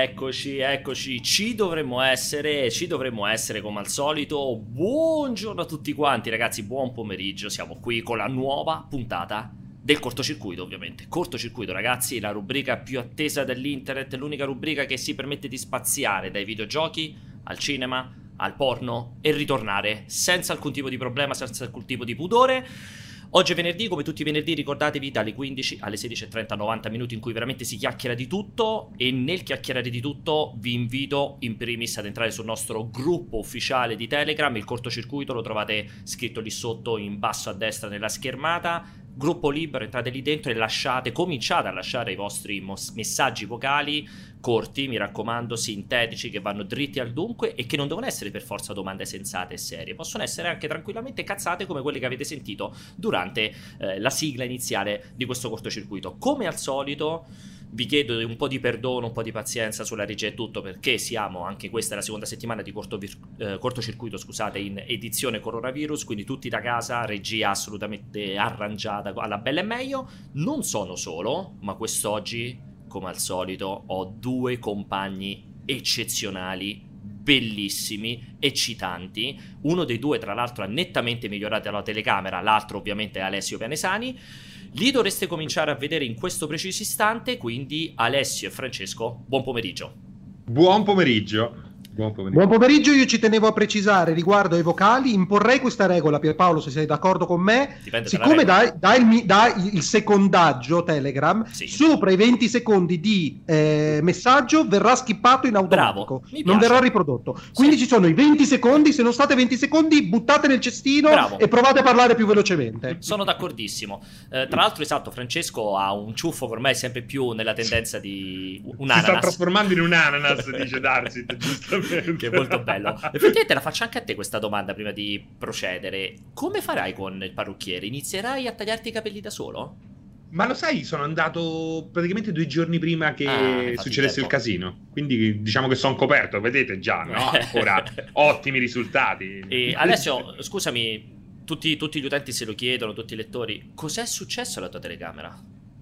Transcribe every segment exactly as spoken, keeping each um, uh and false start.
Eccoci, eccoci, ci dovremmo essere, ci dovremmo essere come al solito. Buongiorno a tutti quanti ragazzi, buon pomeriggio, siamo qui con la nuova puntata del cortocircuito, ovviamente. Cortocircuito ragazzi, la rubrica più attesa dell'internet, l'unica rubrica che si permette di spaziare dai videogiochi al cinema, al porno e ritornare senza alcun tipo di problema, senza alcun tipo di pudore. Oggi è venerdì, come tutti i venerdì ricordatevi dalle quindici alle sedici e trenta, novanta minuti in cui veramente si chiacchiera di tutto, e nel chiacchierare di tutto vi invito in primis ad entrare sul nostro gruppo ufficiale di Telegram. Il cortocircuito lo trovate scritto lì sotto in basso a destra nella schermata. Gruppo libero, entrate lì dentro e lasciate, cominciate a lasciare i vostri mos- messaggi vocali corti, mi raccomando, sintetici, che vanno dritti al dunque e che non devono essere per forza domande sensate e serie, possono essere anche tranquillamente cazzate come quelle che avete sentito durante eh, la sigla iniziale di questo cortocircuito. Come al solito vi chiedo un po' di perdono, un po' di pazienza sulla regia e tutto, perché siamo, anche questa è la seconda settimana di corto, eh, cortocircuito, scusate, in edizione coronavirus, quindi tutti da casa, regia assolutamente arrangiata alla bella e meglio. Non sono solo, ma quest'oggi, come al solito, ho due compagni eccezionali, bellissimi, eccitanti. Uno dei due tra l'altro ha nettamente migliorato la telecamera, l'altro ovviamente è Alessio Pianesani. Li dovreste cominciare a vedere in questo preciso istante, quindi Alessio e Francesco, buon pomeriggio. Buon pomeriggio. Buon pomeriggio. Buon pomeriggio, io ci tenevo a precisare riguardo ai vocali, imporrei questa regola, Pierpaolo, se sei d'accordo con me. Dipende siccome dai, dai, il, dai il secondaggio Telegram, sì, sopra i venti secondi di eh, messaggio verrà skippato in automatico. Bravo, non verrà riprodotto. Quindi sì, ci sono i venti secondi, se non state venti secondi buttate nel cestino. Bravo. E provate a parlare più velocemente. Sono d'accordissimo. Eh, tra l'altro, esatto, Francesco ha un ciuffo che ormai è sempre più nella tendenza di un ananas. Si sta trasformando in un ananas, dice Darzit, giustamente. Che è molto bello. Effettivamente la faccio anche a te questa domanda prima di procedere. Come farai con il parrucchiere? Inizierai a tagliarti i capelli da solo? Ma lo sai, sono andato praticamente due giorni prima che ah, succedesse il casino. Quindi diciamo che sono coperto, vedete già, no? Ancora ottimi risultati. E Alessio, scusami, tutti, tutti gli utenti se lo chiedono, tutti i lettori. Cos'è successo alla tua telecamera?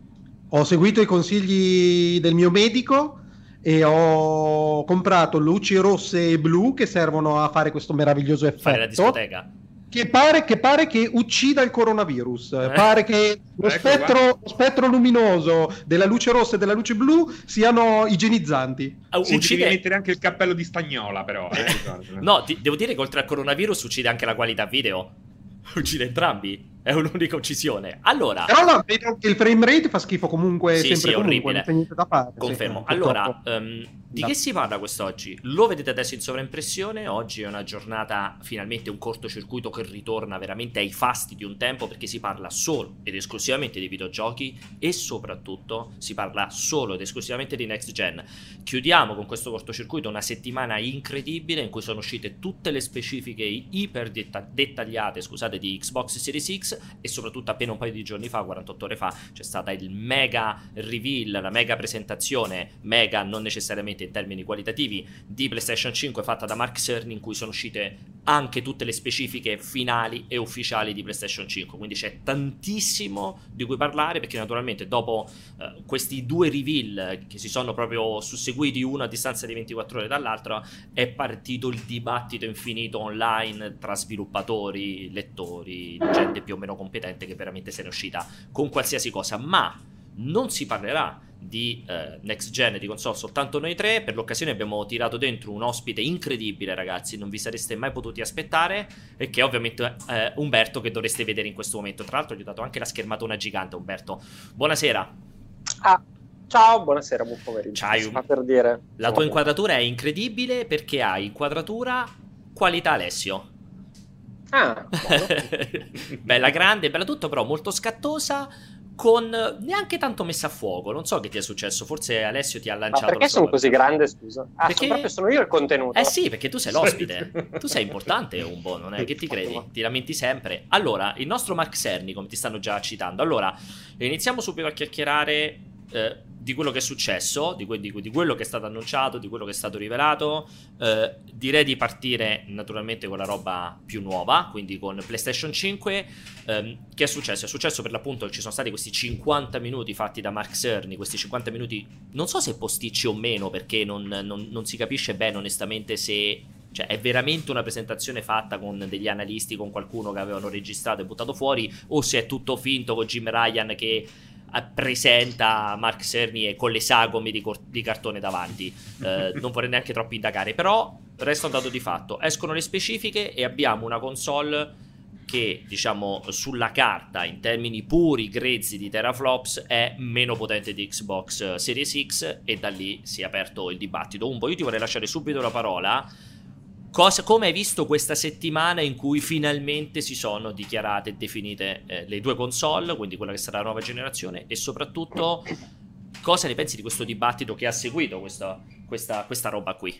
Ho seguito i consigli del mio medico e ho comprato luci rosse e blu che servono a fare questo meraviglioso effetto. Fare la discoteca. Che pare, che pare che uccida il coronavirus. Eh? Pare che lo, ecco, spettro, lo spettro luminoso della luce rossa e della luce blu siano igienizzanti. Uh, sì, uccide... devi mettere anche il cappello di Stagnola, però. Eh? No, ti, devo dire che oltre al coronavirus uccide anche la qualità video. Uccide entrambi. È un'unica uccisione. Allora, però no, vedo che il frame rate fa schifo comunque, sì, sempre sì, comunque, non c'è niente da fare. Confermo. Sì, allora, um, di no. che si parla quest'oggi? Lo vedete adesso in sovraimpressione. Oggi è una giornata, finalmente un cortocircuito che ritorna veramente ai fasti di un tempo, perché si parla solo ed esclusivamente di videogiochi e soprattutto si parla solo ed esclusivamente di next gen. Chiudiamo con questo cortocircuito una settimana incredibile in cui sono uscite tutte le specifiche iper detta- dettagliate, scusate, di Xbox Series X, e soprattutto appena un paio di giorni fa, quarantotto ore fa, c'è stata il mega reveal, la mega presentazione, mega non necessariamente in termini qualitativi, di PlayStation cinque fatta da Mark Cerny, in cui sono uscite anche tutte le specifiche finali e ufficiali di PlayStation cinque, quindi c'è tantissimo di cui parlare, perché naturalmente dopo eh, questi due reveal che si sono proprio susseguiti uno a distanza di ventiquattro ore dall'altro, è partito il dibattito infinito online tra sviluppatori, lettori, gente più o meno competente che veramente se ne è uscita con qualsiasi cosa. Ma non si parlerà di eh, next gen, di console soltanto noi tre. Per l'occasione abbiamo tirato dentro un ospite incredibile, ragazzi, non vi sareste mai potuti aspettare, e che è ovviamente eh, Umberto, che dovreste vedere in questo momento. Tra l'altro gli ho dato anche la schermatona gigante. Umberto, buonasera. Ah, ciao, buonasera, buon pomeriggio. C'hai un... per dire, la tua inquadratura è incredibile, perché hai inquadratura qualità Alessio. Ah, bella grande, bella tutto, però molto scattosa, con neanche tanto messa a fuoco. Non so che ti è successo, forse Alessio ti ha lanciato. Ma perché sono così grande, scusa? Ah, perché... sono proprio sono io il contenuto. Eh sì, perché tu sei l'ospite. Tu sei importante un po', non è che ti credi? Ti lamenti sempre. Allora, il nostro Mark Cerny, come ti stanno già citando. Allora, iniziamo subito a chiacchierare eh, di quello che è successo, di, que- di, di quello che è stato annunciato, di quello che è stato rivelato, eh, direi di partire naturalmente con la roba più nuova, quindi con PlayStation cinque. ehm, che è successo? È successo per l'appunto che ci sono stati questi cinquanta minuti fatti da Mark Cerny, questi cinquanta minuti, non so se posticci o meno, perché non, non, non si capisce bene onestamente se... Cioè, è veramente una presentazione fatta con degli analisti, con qualcuno che avevano registrato e buttato fuori, o se è tutto finto con Jim Ryan che presenta Mark Cerny e con le sagome di, cor- di cartone davanti. Eh, non vorrei neanche troppo indagare, però resta un dato di fatto. Escono le specifiche e abbiamo una console che, diciamo, sulla carta, in termini puri, grezzi di teraflops, è meno potente di Xbox Series X, e da lì si è aperto il dibattito. Umbo, io ti vorrei lasciare subito la parola. Cosa, come hai visto questa settimana in cui finalmente si sono dichiarate e definite eh, le due console, quindi quella che sarà la nuova generazione, e soprattutto cosa ne pensi di questo dibattito che ha seguito questa, questa, questa roba qui?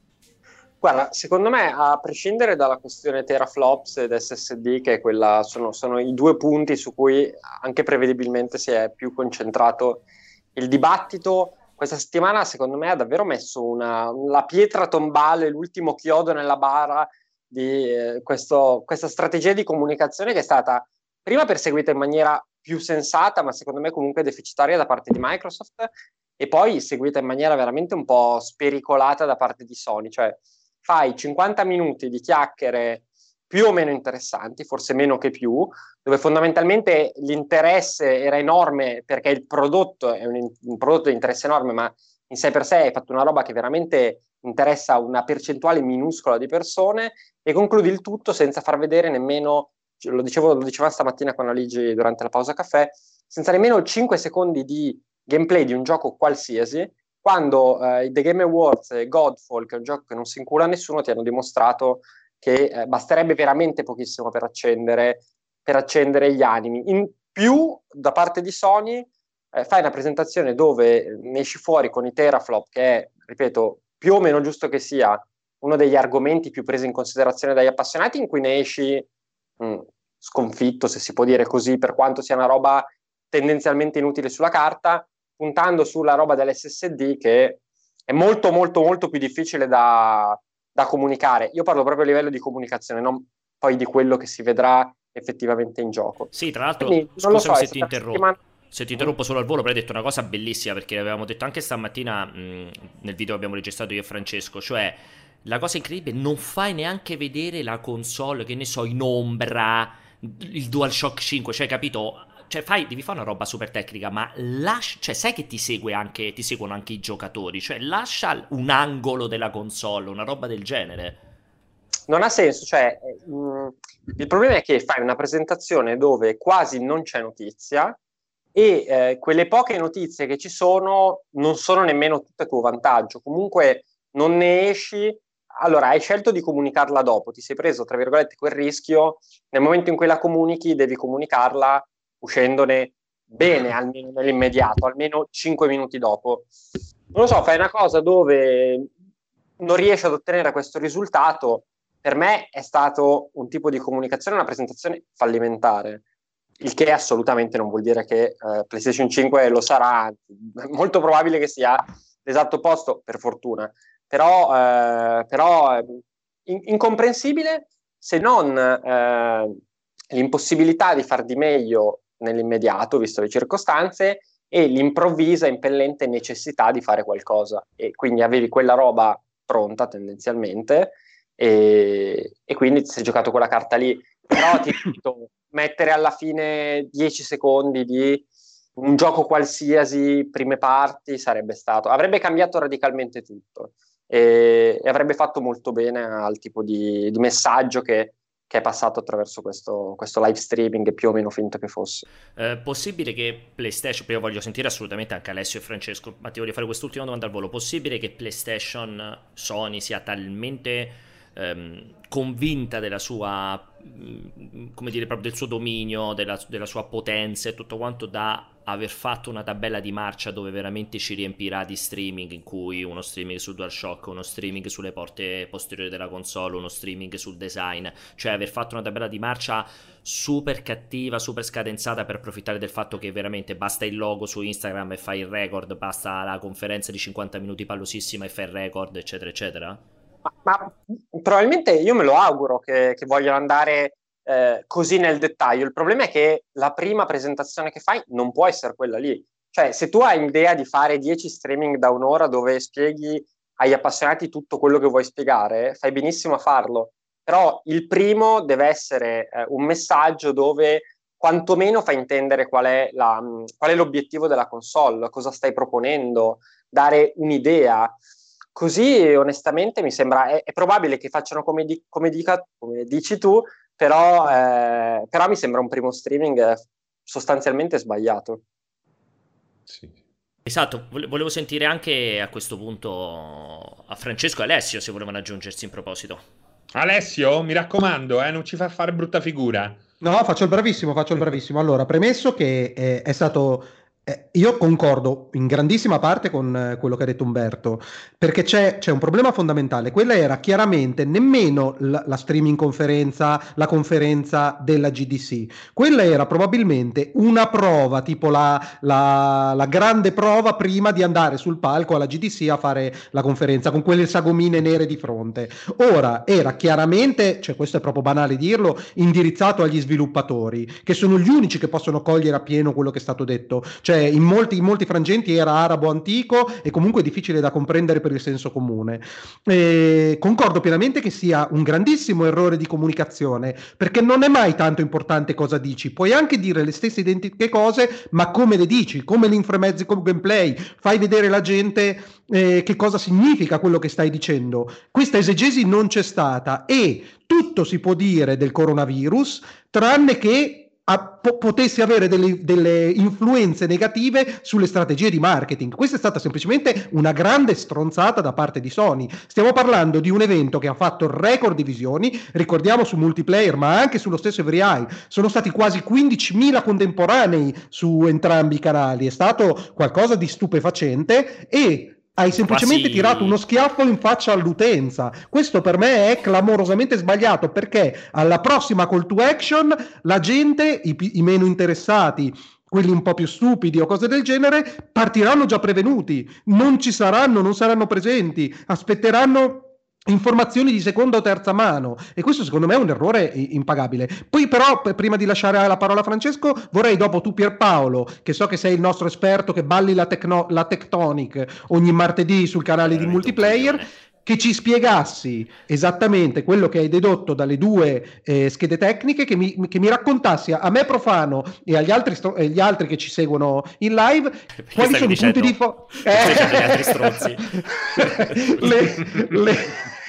Guarda, secondo me, a prescindere dalla questione teraflops ed S S D, che è quella, sono, sono i due punti su cui anche prevedibilmente si è più concentrato il dibattito, questa settimana secondo me ha davvero messo una, la pietra tombale, l'ultimo chiodo nella bara di eh, questo, questa strategia di comunicazione che è stata prima perseguita in maniera più sensata, ma secondo me comunque deficitaria da parte di Microsoft, e poi seguita in maniera veramente un po' spericolata da parte di Sony. Cioè fai cinquanta minuti di chiacchiere più o meno interessanti, forse meno che più, dove fondamentalmente l'interesse era enorme perché il prodotto è un, un prodotto di interesse enorme, ma in sé per sé hai fatto una roba che veramente interessa una percentuale minuscola di persone, e concludi il tutto senza far vedere nemmeno, lo dicevo, lo diceva stamattina con Aligi durante la pausa caffè, senza nemmeno cinque secondi di gameplay di un gioco qualsiasi, quando eh, i The Game Awards e Godfall, che è un gioco che non si incula a nessuno, ti hanno dimostrato che eh, basterebbe veramente pochissimo per accendere, per accendere gli animi. In più, da parte di Sony, eh, fai una presentazione dove ne esci fuori con i teraflop, che è, ripeto, più o meno giusto che sia uno degli argomenti più presi in considerazione dagli appassionati, in cui ne esci mh, sconfitto, se si può dire così, per quanto sia una roba tendenzialmente inutile sulla carta, puntando sulla roba dell'S S D, che è molto molto molto più difficile da, da comunicare. Io parlo proprio a livello di comunicazione, non poi di quello che si vedrà effettivamente in gioco. Sì, tra l'altro, Quindi, scusami so, se ti interrompo. Settimana... Se ti interrompo mm. solo al volo, però hai detto una cosa bellissima, perché avevamo detto anche stamattina mh, nel video che abbiamo registrato io e Francesco, cioè la cosa incredibile, non fai neanche vedere la console, che ne so, in ombra, il DualShock cinque, cioè, capito? Cioè, fai, devi fare una roba super tecnica, ma lascia, cioè, sai che ti segue anche, ti seguono anche i giocatori, cioè, lascia un angolo della console, una roba del genere. Non ha senso, cioè, mh, il problema è che fai una presentazione dove quasi non c'è notizia, e eh, quelle poche notizie che ci sono non sono nemmeno tutte a tuo vantaggio. Comunque non ne esci. Allora, hai scelto di comunicarla dopo, ti sei preso, tra virgolette, quel rischio. Nel momento in cui la comunichi, devi comunicarla uscendone bene, almeno nell'immediato, almeno cinque minuti dopo. Non lo so, fai una cosa dove non riesci ad ottenere questo risultato. Per me è stato un tipo di comunicazione, una presentazione fallimentare, il che assolutamente non vuol dire che eh, PlayStation cinque lo sarà, è molto probabile che sia l'esatto opposto, per fortuna, però, eh, però è in- incomprensibile, se non eh, l'impossibilità di far di meglio nell'immediato, visto le circostanze, e l'improvvisa, impellente necessità di fare qualcosa, e quindi avevi quella roba pronta tendenzialmente, e, e quindi ti sei giocato quella carta lì. Però ti dico, mettere alla fine dieci secondi di un gioco qualsiasi, prime parti, sarebbe stato, avrebbe cambiato radicalmente tutto, e, e avrebbe fatto molto bene al tipo di, di messaggio che, che è passato attraverso questo, questo live streaming, più o meno finto che fosse. Eh, possibile che PlayStation, io voglio sentire assolutamente anche Alessio e Francesco, ma ti voglio fare quest'ultima domanda al volo. Possibile che PlayStation, Sony sia talmente ehm, convinta della sua, come dire, proprio del suo dominio, della, della sua potenza e tutto quanto, da aver fatto una tabella di marcia dove veramente ci riempirà di streaming, in cui uno streaming sul DualShock, uno streaming sulle porte posteriori della console, uno streaming sul design, cioè aver fatto una tabella di marcia super cattiva, super scadenzata, per approfittare del fatto che veramente basta il logo su Instagram e fai il record, basta la conferenza di cinquanta minuti pallosissima e fai il record, eccetera eccetera? Ma, ma probabilmente io me lo auguro che, che vogliano andare eh, così nel dettaglio. Il problema è che la prima presentazione che fai non può essere quella lì. Cioè, se tu hai l'idea di fare dieci streaming da un'ora dove spieghi agli appassionati tutto quello che vuoi spiegare, fai benissimo a farlo. Però il primo deve essere eh, un messaggio dove quantomeno fa intendere qual è, la, qual è l'obiettivo della console, cosa stai proponendo, dare un'idea. Così onestamente mi sembra, è, è probabile che facciano come, di, come, dica, come dici tu, però, eh, però mi sembra un primo streaming sostanzialmente sbagliato. Sì. Esatto, volevo sentire anche a questo punto a Francesco e Alessio se volevano aggiungersi in proposito. Alessio, mi raccomando, eh, non ci fa fare brutta figura. No, faccio il bravissimo, faccio il bravissimo. Allora, premesso che eh, è stato... Eh, io concordo in grandissima parte con eh, quello che ha detto Umberto, perché c'è, c'è un problema fondamentale. Quella era chiaramente nemmeno la, la streaming conferenza, la conferenza della G D C. Quella era probabilmente una prova, tipo la, la, la grande prova prima di andare sul palco alla G D C a fare la conferenza, con quelle sagomine nere di fronte. Ora, era chiaramente, cioè questo è proprio banale dirlo, indirizzato agli sviluppatori, che sono gli unici che possono cogliere appieno quello che è stato detto. Cioè, in molti, in molti frangenti era arabo antico e comunque difficile da comprendere per il senso comune. E concordo pienamente che sia un grandissimo errore di comunicazione, perché non è mai tanto importante cosa dici, puoi anche dire le stesse identiche cose, ma come le dici, come l'inframezzi con gameplay, fai vedere la gente eh, che cosa significa quello che stai dicendo. Questa esegesi non c'è stata e tutto si può dire del coronavirus, tranne che A, po- potesse avere delle, delle influenze negative sulle strategie di marketing. Questa è stata semplicemente una grande stronzata da parte di Sony. Stiamo parlando di un evento che ha fatto record di visioni, ricordiamo su multiplayer ma anche sullo stesso Every Eye, sono stati quasi quindicimila contemporanei su entrambi i canali, è stato qualcosa di stupefacente e hai semplicemente Quasi... tirato uno schiaffo in faccia all'utenza. Questo per me è clamorosamente sbagliato, perché alla prossima call to action la gente, i, i meno interessati, quelli un po' più stupidi o cose del genere, partiranno già prevenuti, non ci saranno, non saranno presenti, aspetteranno informazioni di seconda o terza mano, e questo secondo me è un errore impagabile. Poi però, prima di lasciare la parola a Francesco, vorrei, dopo tu Pierpaolo, che so che sei il nostro esperto, che balli la, tecno- la Tectonic ogni martedì sul canale di multiplayer, che ci spiegassi esattamente quello che hai dedotto dalle due eh, schede tecniche, che mi, che mi raccontassi a me profano e agli altri, stro- agli altri che ci seguono in live perché quali sono i punti di fo- eh. gli altri stronzi le, le...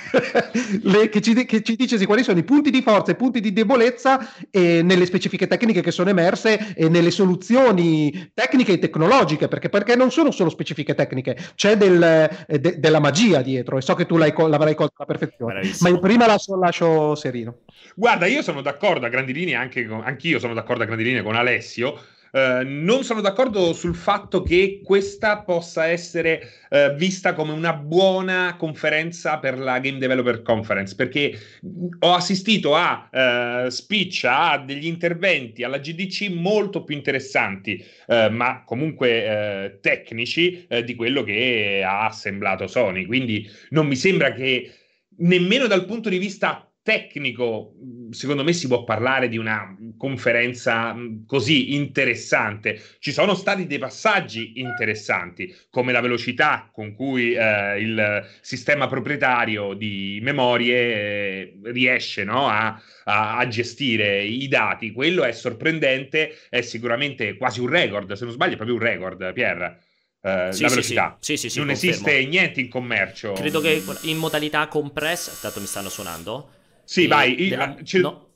Le, che, ci, che ci dice quali sono i punti di forza e i punti di debolezza eh, nelle specifiche tecniche che sono emerse e nelle soluzioni tecniche e tecnologiche, perché, perché non sono solo specifiche tecniche, c'è del, eh, de, della magia dietro, e so che tu l'hai, l'avrai colta alla perfezione. Bravissimo. Ma io prima lascio, lascio Serino. Guarda, io sono d'accordo a grandi linee, anche con, anch'io sono d'accordo a grandi linee con Alessio. Uh, non sono d'accordo sul fatto che questa possa essere uh, vista come una buona conferenza per la Game Developer Conference, perché ho assistito a uh, speech, a degli interventi alla G D C molto più interessanti, uh, ma comunque uh, tecnici, uh, di quello che ha assemblato Sony. Quindi non mi sembra che nemmeno dal punto di vista tecnico, secondo me, si può parlare di una conferenza così interessante. Ci sono stati dei passaggi interessanti, come la velocità con cui eh, il sistema proprietario di memorie eh, riesce, no, a, a, a gestire i dati. Quello è sorprendente, è sicuramente quasi un record, se non sbaglio è proprio un record, Pierre. Uh, sì, la sì, velocità sì. Sì, sì, non confermo. esiste niente in commercio. Credo che in modalità compressa, tanto mi stanno suonando. Sì, vai, della, ce... no,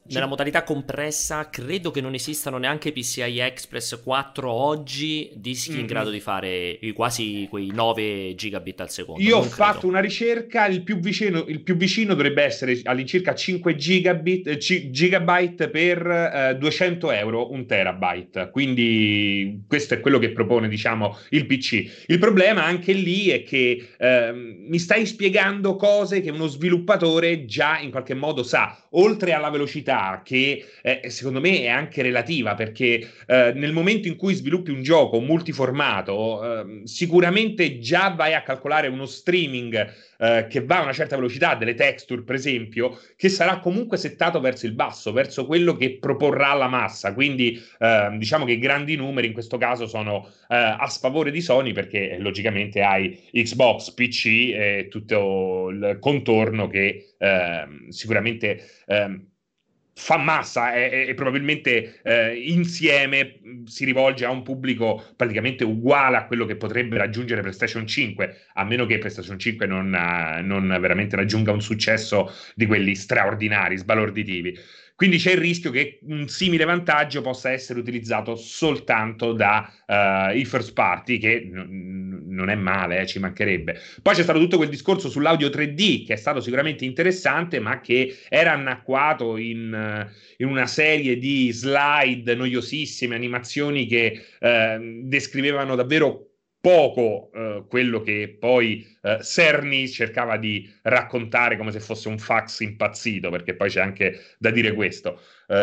nella modalità compressa credo che non esistano neanche P C I Express quattro oggi dischi mm-hmm. in grado di fare quasi quei nove gigabit al secondo. Io non ho credo. fatto una ricerca, il più vicino, il più vicino dovrebbe essere all'incirca cinque gigabit, eh, gigabyte per eh, duecento euro un terabyte, quindi questo è quello che propone, diciamo, il P C. Il problema anche lì è che eh, mi stai spiegando cose che uno sviluppatore già in qualche modo sa, oltre alla velocità che eh, secondo me è anche relativa, perché eh, nel momento in cui sviluppi un gioco multiformato eh, sicuramente già vai a calcolare uno streaming eh, che va a una certa velocità, delle texture per esempio, che sarà comunque settato verso il basso, verso quello che proporrà la massa, quindi eh, diciamo che i grandi numeri in questo caso sono eh, a sfavore di Sony, perché eh, logicamente hai Xbox, P C e tutto il contorno che eh, sicuramente eh, fa massa e, e probabilmente eh, insieme si rivolge a un pubblico praticamente uguale a quello che potrebbe raggiungere PlayStation cinque, a meno che PlayStation cinque non, non veramente raggiunga un successo di quelli straordinari, sbalorditivi. Quindi c'è il rischio che un simile vantaggio possa essere utilizzato soltanto da uh, i first party, che n- non è male, eh, ci mancherebbe. Poi c'è stato tutto quel discorso sull'audio tre D, che è stato sicuramente interessante, ma che era annacquato in, uh, in una serie di slide noiosissime, animazioni che uh, descrivevano davvero poco eh, quello che poi eh, Cerny cercava di raccontare come se fosse un fax impazzito, perché poi c'è anche da dire questo.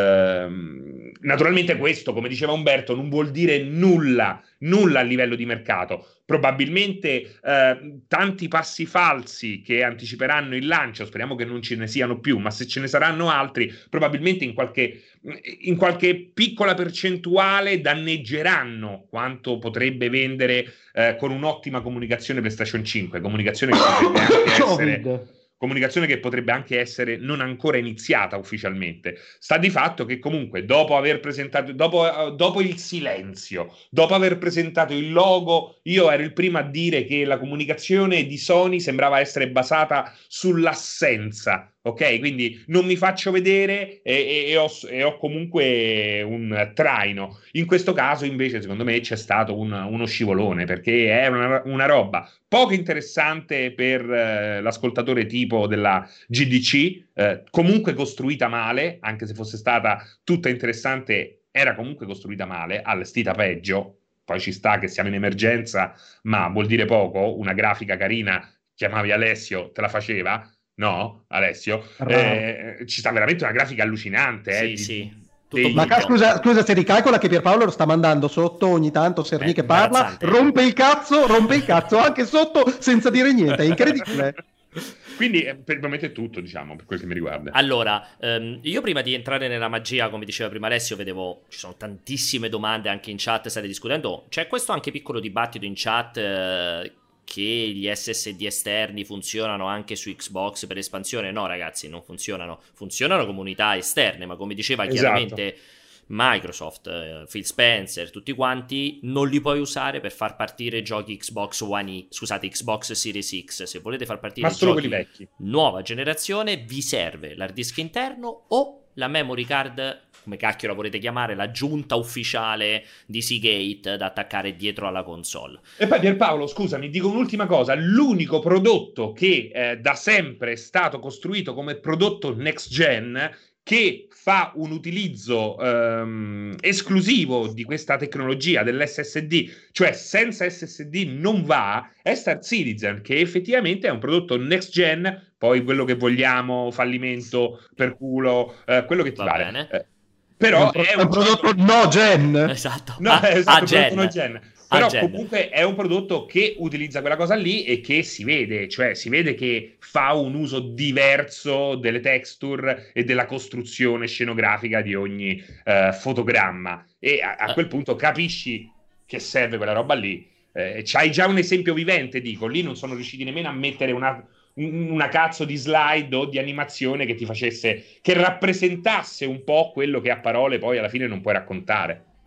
Ehm, naturalmente questo, come diceva Umberto, non vuol dire nulla, nulla a livello di mercato. Probabilmente eh, tanti passi falsi che anticiperanno il lancio, speriamo che non ce ne siano più, ma se ce ne saranno altri, probabilmente in qualche, in qualche piccola percentuale danneggeranno quanto potrebbe vendere eh, con un'ottima comunicazione PlayStation cinque, comunicazione che potrebbe anche essere... comunicazione che potrebbe anche essere non ancora iniziata ufficialmente. Sta di fatto che comunque dopo aver presentato, dopo, uh, dopo il silenzio, dopo aver presentato il logo, io ero il primo a dire che la comunicazione di Sony sembrava essere basata sull'assenza. Ok, quindi non mi faccio vedere e, e, e, ho, e ho comunque un traino. In questo caso invece secondo me c'è stato un, uno scivolone, perché è una, una roba poco interessante per eh, l'ascoltatore tipo della G D C, eh, comunque costruita male, anche se fosse stata tutta interessante, era comunque costruita male, allestita peggio. Poi ci sta che siamo in emergenza, ma vuol dire poco. Una grafica carina, chiamavi Alessio, te la faceva? No, Alessio, eh, ci sta veramente una grafica allucinante. Sì, eh, di, sì. Dei... Ma scusa, scusa se ricalcola che Pierpaolo lo sta mandando sotto ogni tanto Cerny che parla, rompe il cazzo, rompe il cazzo anche sotto senza dire niente, è incredibile. Quindi per il momento è tutto, diciamo, per quel che mi riguarda. Allora, ehm, io prima di entrare nella magia, come diceva prima Alessio, vedevo, ci sono tantissime domande anche in chat, state discutendo, c'è questo anche piccolo dibattito in chat eh, che gli S S D esterni funzionano anche su Xbox per espansione. No ragazzi, non funzionano, funzionano come unità esterne, ma come diceva esatto. chiaramente Microsoft, eh, Phil Spencer, tutti quanti, non li puoi usare per far partire giochi Xbox One, scusate, Xbox Series X. Se volete far partire giochi vecchi, nuova generazione, vi serve l'hard disk interno o la memory card, come cacchio la volete chiamare, l'aggiunta ufficiale di Seagate da attaccare dietro alla console. E poi Pierpaolo, scusami, dico un'ultima cosa, l'unico prodotto che eh, da sempre è stato costruito come prodotto next gen, che fa un utilizzo ehm, esclusivo di questa tecnologia dell'S S D, cioè senza S S D non va, è Star Citizen, che effettivamente è un prodotto next gen, poi quello che vogliamo, fallimento, per culo, eh, quello che ti Va pare. bene. Eh, però è un, è un prodotto no gen. Esatto. No, a, esatto, a gen. no gen. Però comunque è un prodotto che utilizza quella cosa lì e che si vede, cioè si vede che fa un uso diverso delle texture e della costruzione scenografica di ogni uh, fotogramma, e a, a quel punto capisci che serve quella roba lì. Eh, c'hai già un esempio vivente, dico, lì non sono riusciti nemmeno a mettere una, una cazzo di slide o di animazione che ti facesse, che rappresentasse un po' quello che a parole poi alla fine non puoi raccontare.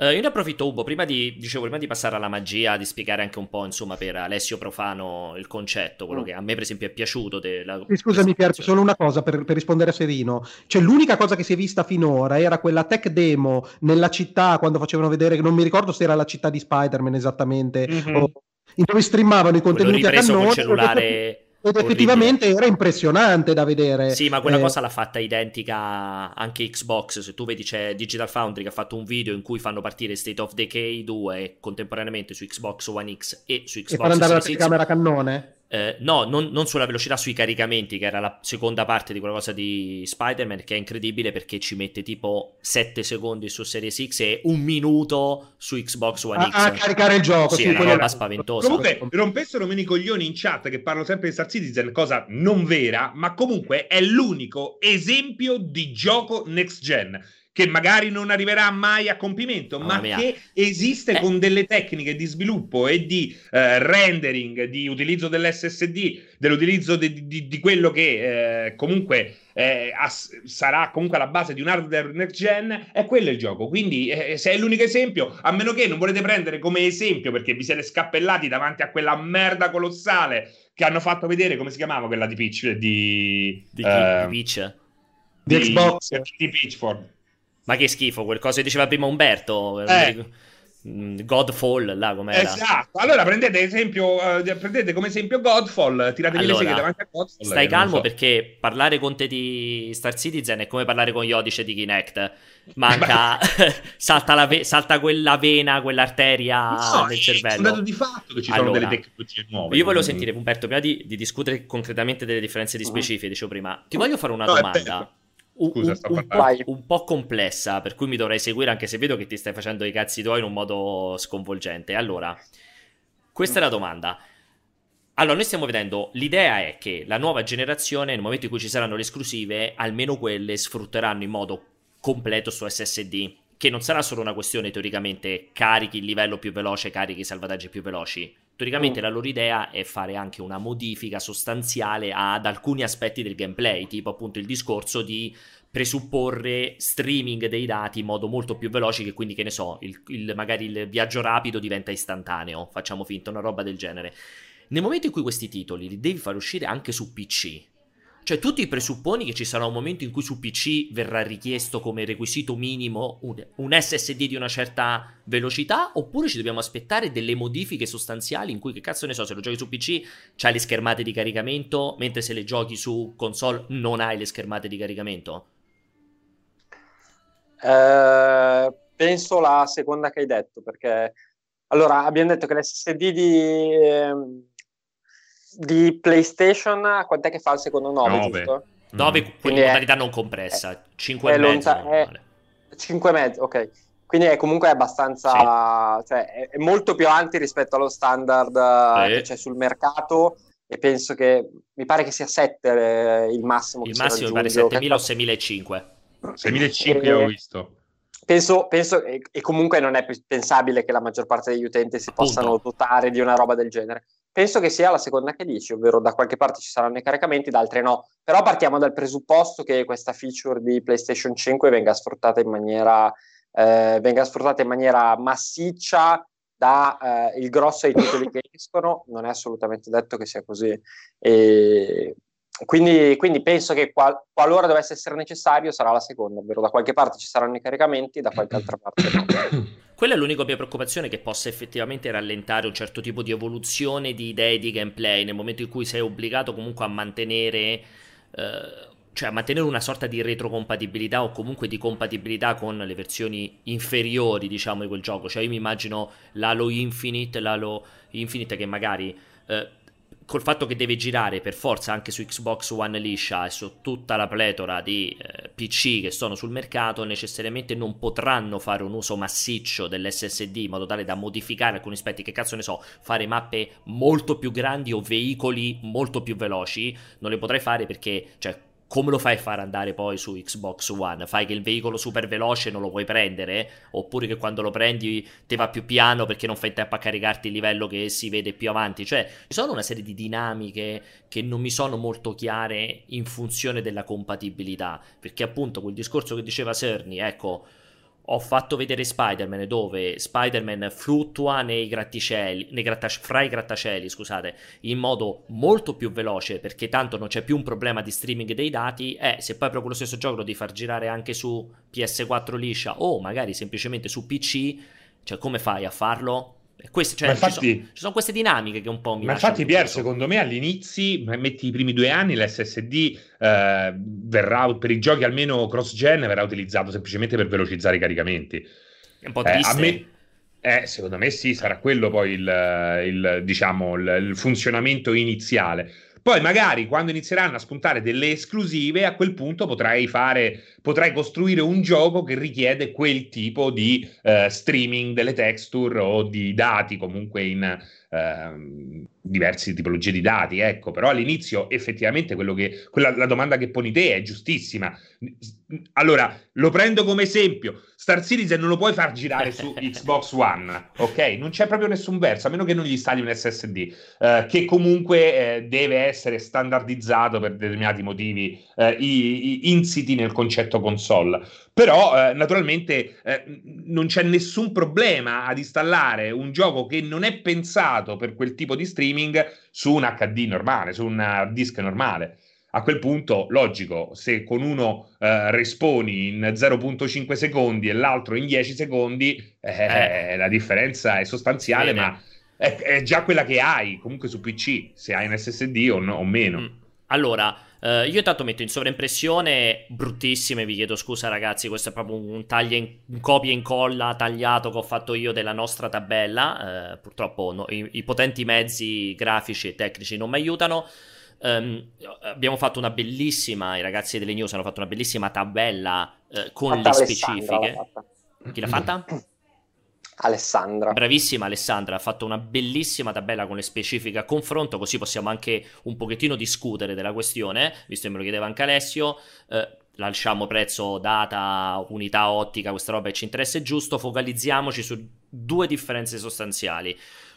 Uh, io ne approfitto, Ubo, prima di, dicevo, prima di passare alla magia, di spiegare anche un po', insomma, per Alessio Profano il concetto, quello mm. che a me, per esempio, è piaciuto. Della sì, scusami, Pier, solo una cosa per, per rispondere a Serino. Cioè, l'unica cosa che si è vista finora era quella tech demo nella città, quando facevano vedere, che non mi ricordo se era la città di Spider-Man esattamente, mm-hmm. o in dove streamavano i contenuti a cannone. Col cellulare... Ed effettivamente orribile. Era impressionante da vedere. Sì, ma quella eh. cosa l'ha fatta identica anche Xbox. Se tu vedi, c'è Digital Foundry che ha fatto un video in cui fanno partire State of Decay due contemporaneamente su Xbox One X e su Xbox e far andare Series la telecamera cannone? Eh, no, non, non sulla velocità, sui caricamenti, che era la seconda parte di quella cosa di Spider-Man, che è incredibile perché ci mette tipo sette secondi su Series X e un minuto su Xbox One a, X a caricare il gioco. Sì, sì, è una roba spaventosa. Comunque rompessero meno i coglioni in chat che parlano sempre di Star Citizen, cosa non vera, ma comunque è l'unico esempio di gioco next gen che magari non arriverà mai a compimento, oh, ma mia. che esiste eh. con delle tecniche di sviluppo e di eh, rendering, di utilizzo dell'S S D, dell'utilizzo di, di, di quello che eh, comunque eh, as- sarà comunque alla base di un hardware next gen, è quello il gioco. Quindi eh, se è l'unico esempio, a meno che non volete prendere come esempio perché vi siete scappellati davanti a quella merda colossale che hanno fatto vedere, come si chiamava quella di Peach, di, di, uh, di Peach di Xbox, di Peachford. Ma che schifo, quel cosa che diceva prima Umberto, eh. Godfall, là com'era. Esatto, allora prendete esempio, uh, prendete come esempio Godfall, tiratevi allora, le seghe davanti a Godfall. Stai calmo so. perché parlare con te di Star Citizen è come parlare con Iodice di Kinect. Manca, salta, la ve- salta quella vena, quell'arteria no, nel cervello. È un dato di fatto che ci sono allora, delle tecnologie nuove. Io volevo sentire, Umberto, prima di, di discutere concretamente delle differenze di specifiche, dicevo prima, ti voglio fare una no, domanda. Scusa, un, un, po', un po' complessa, per cui mi dovrei seguire anche se vedo che ti stai facendo i cazzi tuoi in un modo sconvolgente. Allora, questa è la domanda. Allora, noi stiamo vedendo, l'idea è che la nuova generazione, nel momento in cui ci saranno le esclusive, almeno quelle sfrutteranno in modo completo su S S D, che non sarà solo una questione teoricamente carichi il livello più veloce, carichi i salvataggi più veloci. Teoricamente mm. la loro idea è fare anche una modifica sostanziale ad alcuni aspetti del gameplay, tipo appunto il discorso di presupporre streaming dei dati in modo molto più veloce, che quindi, che ne so, il, il, magari il viaggio rapido diventa istantaneo, facciamo finta, una roba del genere. Nel momento in cui questi titoli li devi far uscire anche su P C, cioè tu ti presupponi che ci sarà un momento in cui su P C verrà richiesto come requisito minimo un, un S S D di una certa velocità, oppure ci dobbiamo aspettare delle modifiche sostanziali in cui, che cazzo ne so, se lo giochi su P C c'hai le schermate di caricamento, mentre se le giochi su console non hai le schermate di caricamento? Eh, penso la seconda che hai detto, perché allora abbiamo detto che l'S S D di... Ehm... di PlayStation, quant'è che fa il secondo nove, giusto? nove, quindi in modalità non compressa, è, cinque e mezzo. cinque e mezzo, ok. Quindi è comunque abbastanza, sì. Cioè è, è molto più avanti rispetto allo standard sì. che c'è sul mercato, e penso che, mi pare che sia sette eh, il massimo. Il che massimo mi pare settemila o seimilacinquecento. seimilacinquecento io ho visto. Penso, penso e, e comunque non è pensabile che la maggior parte degli utenti si Appunto. possano dotare di una roba del genere. Penso che sia la seconda che dici, ovvero da qualche parte ci saranno i caricamenti, da altre no. Però partiamo dal presupposto che questa feature di PlayStation cinque venga sfruttata in maniera, eh, venga sfruttata in maniera massiccia da eh, il grosso dei titoli che escono. Non è assolutamente detto che sia così. E quindi, quindi penso che qual- qualora dovesse essere necessario sarà la seconda, ovvero da qualche parte ci saranno i caricamenti, da qualche altra parte no. Quella è l'unica mia preoccupazione, che possa effettivamente rallentare un certo tipo di evoluzione di idee di gameplay nel momento in cui sei obbligato comunque a mantenere eh, cioè a mantenere una sorta di retrocompatibilità o comunque di compatibilità con le versioni inferiori, diciamo, di quel gioco. Cioè io mi immagino l'Halo Infinite, l'Halo Infinite che magari eh, col fatto che deve girare per forza anche su Xbox One liscia e su tutta la pletora di eh, P C che sono sul mercato, necessariamente non potranno fare un uso massiccio dell'S S D in modo tale da modificare alcuni aspetti, che cazzo ne so, fare mappe molto più grandi o veicoli molto più veloci. Non le potrai fare perché, cioè, come lo fai a far andare poi su Xbox One? Fai che il veicolo super veloce non lo puoi prendere? Oppure che quando lo prendi te va più piano perché non fai in tempo a caricarti il livello che si vede più avanti? Cioè, ci sono una serie di dinamiche che non mi sono molto chiare in funzione della compatibilità. Perché appunto quel discorso che diceva Cerny, ecco, ho fatto vedere Spider-Man, dove Spider-Man fluttua nei grattacieli, nei grattac- fra i grattacieli, scusate, in modo molto più veloce, perché tanto non c'è più un problema di streaming dei dati. E se poi proprio lo stesso gioco lo devi far girare anche su P S quattro liscia o magari semplicemente su P C, cioè come fai a farlo? Queste, cioè, infatti, ci, sono, ci sono queste dinamiche che un po' mi ma lasciano infatti Pier, dubbioso. secondo me all'inizio, metti i primi due anni, l'S S D eh, verrà, per i giochi almeno cross-gen, verrà utilizzato semplicemente per velocizzare i caricamenti. È un po' Eh, a triste. me, eh, secondo me sì, sarà quello poi il, il, diciamo, il, il funzionamento iniziale. Poi magari quando inizieranno a spuntare delle esclusive, a quel punto potrai fare, potrai costruire un gioco che richiede quel tipo di eh, streaming delle texture o di dati comunque in eh, diverse tipologie di dati, ecco. Però all'inizio effettivamente quello che, quella, la domanda che poni te è giustissima. Allora, lo prendo come esempio. Star Citizen non lo puoi far girare su Xbox One, ok? Non c'è proprio nessun verso, a meno che non gli installi un S S D, eh, che comunque eh, deve essere standardizzato per determinati motivi eh, i, i, insiti nel concetto console. Però eh, naturalmente eh, non c'è nessun problema ad installare un gioco che non è pensato per quel tipo di streaming su un H D normale, su un hard disk normale. A quel punto, logico, se con uno eh, responi in zero virgola cinque secondi e l'altro in dieci secondi, eh, Eh, la differenza è si sostanziale, vede. ma è, è già quella che hai comunque su P C, se hai un S S D o, no, o meno. Mm. Allora, eh, io intanto metto in sovraimpressione bruttissime, vi chiedo scusa ragazzi, questo è proprio un taglio in, un copia e incolla tagliato che ho fatto io della nostra tabella, eh, purtroppo no, i, i potenti mezzi grafici e tecnici non mi aiutano. Um, abbiamo fatto una bellissima, i ragazzi delle news hanno fatto una bellissima tabella eh, con Fatta le Alessandra, specifiche. l'ha fatta. Chi l'ha fatta? Alessandra. Bravissima Alessandra, ha fatto una bellissima tabella con le specifiche a confronto, così possiamo anche un pochettino discutere della questione, visto che me lo chiedeva anche Alessio. Eh, lasciamo prezzo, data, unità ottica, questa roba che ci interessa è giusto, focalizziamoci su due differenze sostanziali.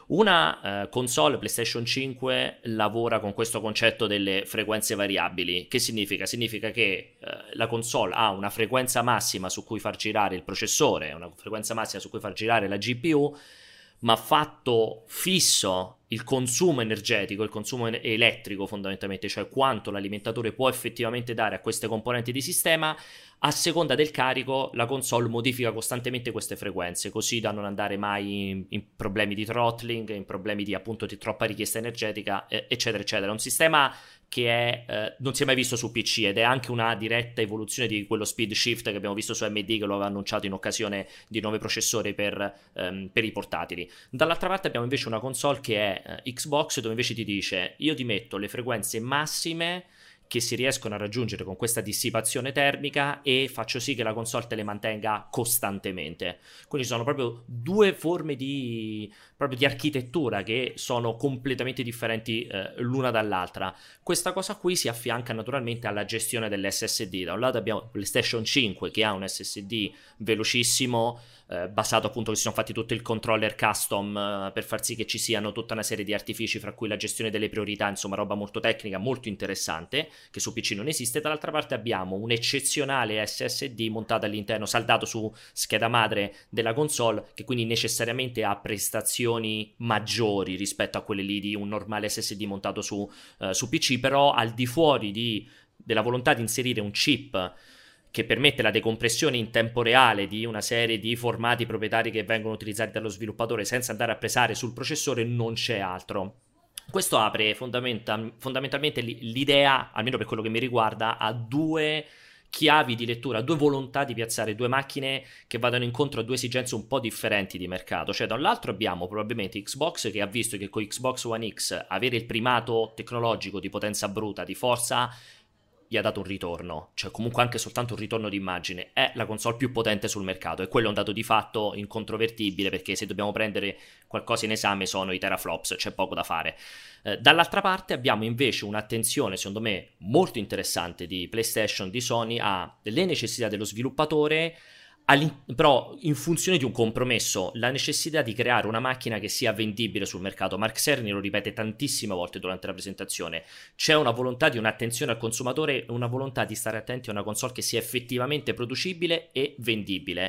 Una eh, console PlayStation cinque lavora con questo concetto delle frequenze variabili. Che significa? Significa che eh, la console ha una frequenza massima su cui far girare il processore, una frequenza massima su cui far girare la G P U, ma fatto fisso il consumo energetico, il consumo elettrico fondamentalmente, cioè quanto l'alimentatore può effettivamente dare a queste componenti di sistema. A seconda del carico la console modifica costantemente queste frequenze, così da non andare mai in, in problemi di throttling, in problemi di appunto di troppa richiesta energetica, eh, eccetera eccetera. È un sistema che è, eh, non si è mai visto su P C ed è anche una diretta evoluzione di quello speed shift che abbiamo visto su A M D, che lo aveva annunciato in occasione di nuovi processori per, ehm, per i portatili. Dall'altra parte abbiamo invece una console che è eh, Xbox, dove invece ti dice: io ti metto le frequenze massime che si riescono a raggiungere con questa dissipazione termica e faccio sì che la console te le mantenga costantemente. Quindi ci sono proprio due forme di, proprio di architettura che sono completamente differenti eh, l'una dall'altra. Questa cosa qui si affianca naturalmente alla gestione dell'S S D. Da un lato abbiamo PlayStation cinque che ha un S S D velocissimo, eh, basato appunto, che si sono fatti tutto il controller custom eh, per far sì che ci siano tutta una serie di artifici, fra cui la gestione delle priorità, insomma roba molto tecnica, molto interessante, che su P C non esiste. Dall'altra parte abbiamo un eccezionale S S D montato all'interno, saldato su scheda madre della console, che quindi necessariamente ha prestazioni maggiori rispetto a quelle lì di un normale S S D montato su, uh, su P C, però al di fuori di, della volontà di inserire un chip che permette la decompressione in tempo reale di una serie di formati proprietari che vengono utilizzati dallo sviluppatore senza andare a pesare sul processore, non c'è altro. Questo apre fondamenta- fondamentalmente l'idea, almeno per quello che mi riguarda, a due chiavi di lettura, due volontà di piazzare due macchine che vadano incontro a due esigenze un po' differenti di mercato. Cioè, da un lato abbiamo probabilmente Xbox, che ha visto che con Xbox One X avere il primato tecnologico di potenza bruta, di forza, gli ha dato un ritorno, cioè comunque anche soltanto un ritorno di immagine. È la console più potente sul mercato e quello è un dato di fatto incontrovertibile, perché se dobbiamo prendere qualcosa in esame sono i teraflops, c'è poco da fare. Eh, dall'altra parte abbiamo invece un'attenzione secondo me molto interessante di PlayStation, di Sony, alle necessità dello sviluppatore, però in funzione di un compromesso, la necessità di creare una macchina che sia vendibile sul mercato. Mark Cerny lo ripete tantissime volte durante la presentazione: c'è una volontà di un'attenzione al consumatore, una volontà di stare attenti a una console che sia effettivamente producibile e vendibile.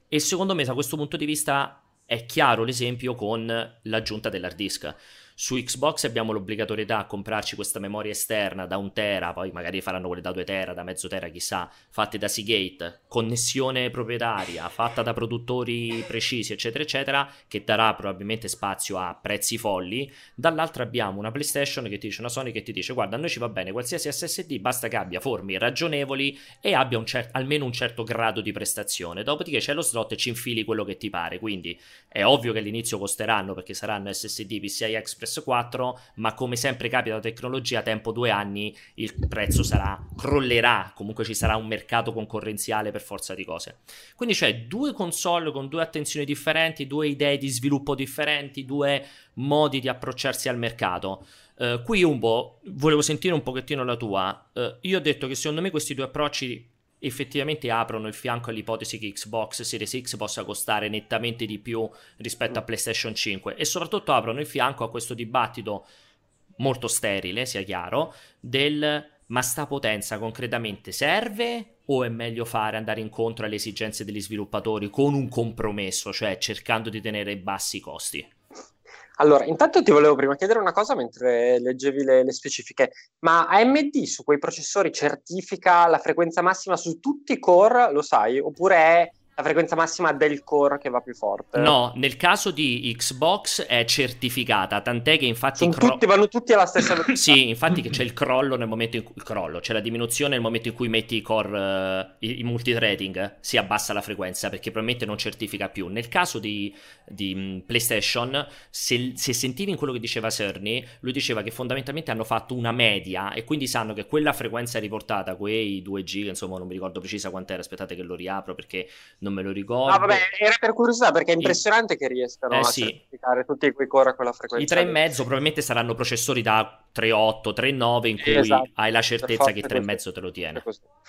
E secondo me da questo punto di vista è chiaro l'esempio con l'aggiunta dell'hard disk. Su Xbox abbiamo l'obbligatorietà a comprarci questa memoria esterna da un tera, poi magari faranno quelle da due tera, da mezzo tera, chissà, fatte da Seagate, connessione proprietaria, fatta da produttori precisi, eccetera, eccetera, che darà probabilmente spazio a prezzi folli. Dall'altra abbiamo una PlayStation che ti dice, una Sony che ti dice, guarda, a noi ci va bene qualsiasi S S D, basta che abbia forme ragionevoli e abbia un cer- almeno un certo grado di prestazione. Dopodiché c'è lo slot e ci infili quello che ti pare. Quindi è ovvio che all'inizio costeranno, perché saranno S S D P C I Express quattro, ma come sempre capita la tecnologia, tempo due anni il prezzo sarà crollerà, comunque ci sarà un mercato concorrenziale per forza di cose. Quindi c'è due console con due attenzioni differenti, due idee di sviluppo differenti, due modi di approcciarsi al mercato. Uh, qui Umbo, volevo sentire un pochettino la tua. Uh, io ho detto che secondo me questi due approcci effettivamente aprono il fianco all'ipotesi che Xbox Series X possa costare nettamente di più rispetto a PlayStation cinque, e soprattutto aprono il fianco a questo dibattito molto sterile, sia chiaro, del ma sta potenza concretamente serve o è meglio fare andare incontro alle esigenze degli sviluppatori con un compromesso, cioè cercando di tenere bassi i costi? Allora, intanto ti volevo prima chiedere una cosa mentre leggevi le, le specifiche, ma A M D su quei processori certifica la frequenza massima su tutti i core, lo sai? Oppure è la frequenza massima del core che va più forte? No, nel caso di Xbox è certificata, tant'è che infatti Sono cro- tutti, vanno tutti alla stessa velocità. Sì, infatti che c'è il crollo nel momento in cui il crollo, c'è la diminuzione nel momento in cui metti i core, uh, i, i multithreading, si abbassa la frequenza perché probabilmente non certifica più. Nel caso di, di um, PlayStation, se, se sentivi in quello che diceva Cerny, lui diceva che fondamentalmente hanno fatto una media e quindi sanno che quella frequenza riportata, quei due giga, insomma non mi ricordo precisa quant'era, aspettate che lo riapro perché non me lo ricordo. No, vabbè, era per curiosità perché è impressionante I... che riescano eh, a sì. certificare tutti quei core a quella frequenza. I tre e mezzo probabilmente saranno processori da tre virgola otto, tre virgola nove in cui esatto, hai la certezza che tre e mezzo te lo tiene.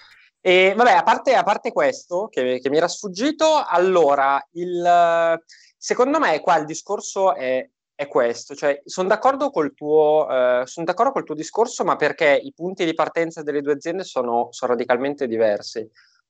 E vabbè, a parte, a parte questo che, che mi era sfuggito, allora il, secondo me qua il discorso è, è questo, cioè sono d'accordo col tuo eh, sono d'accordo col tuo discorso, ma perché i punti di partenza delle due aziende sono, sono radicalmente diversi.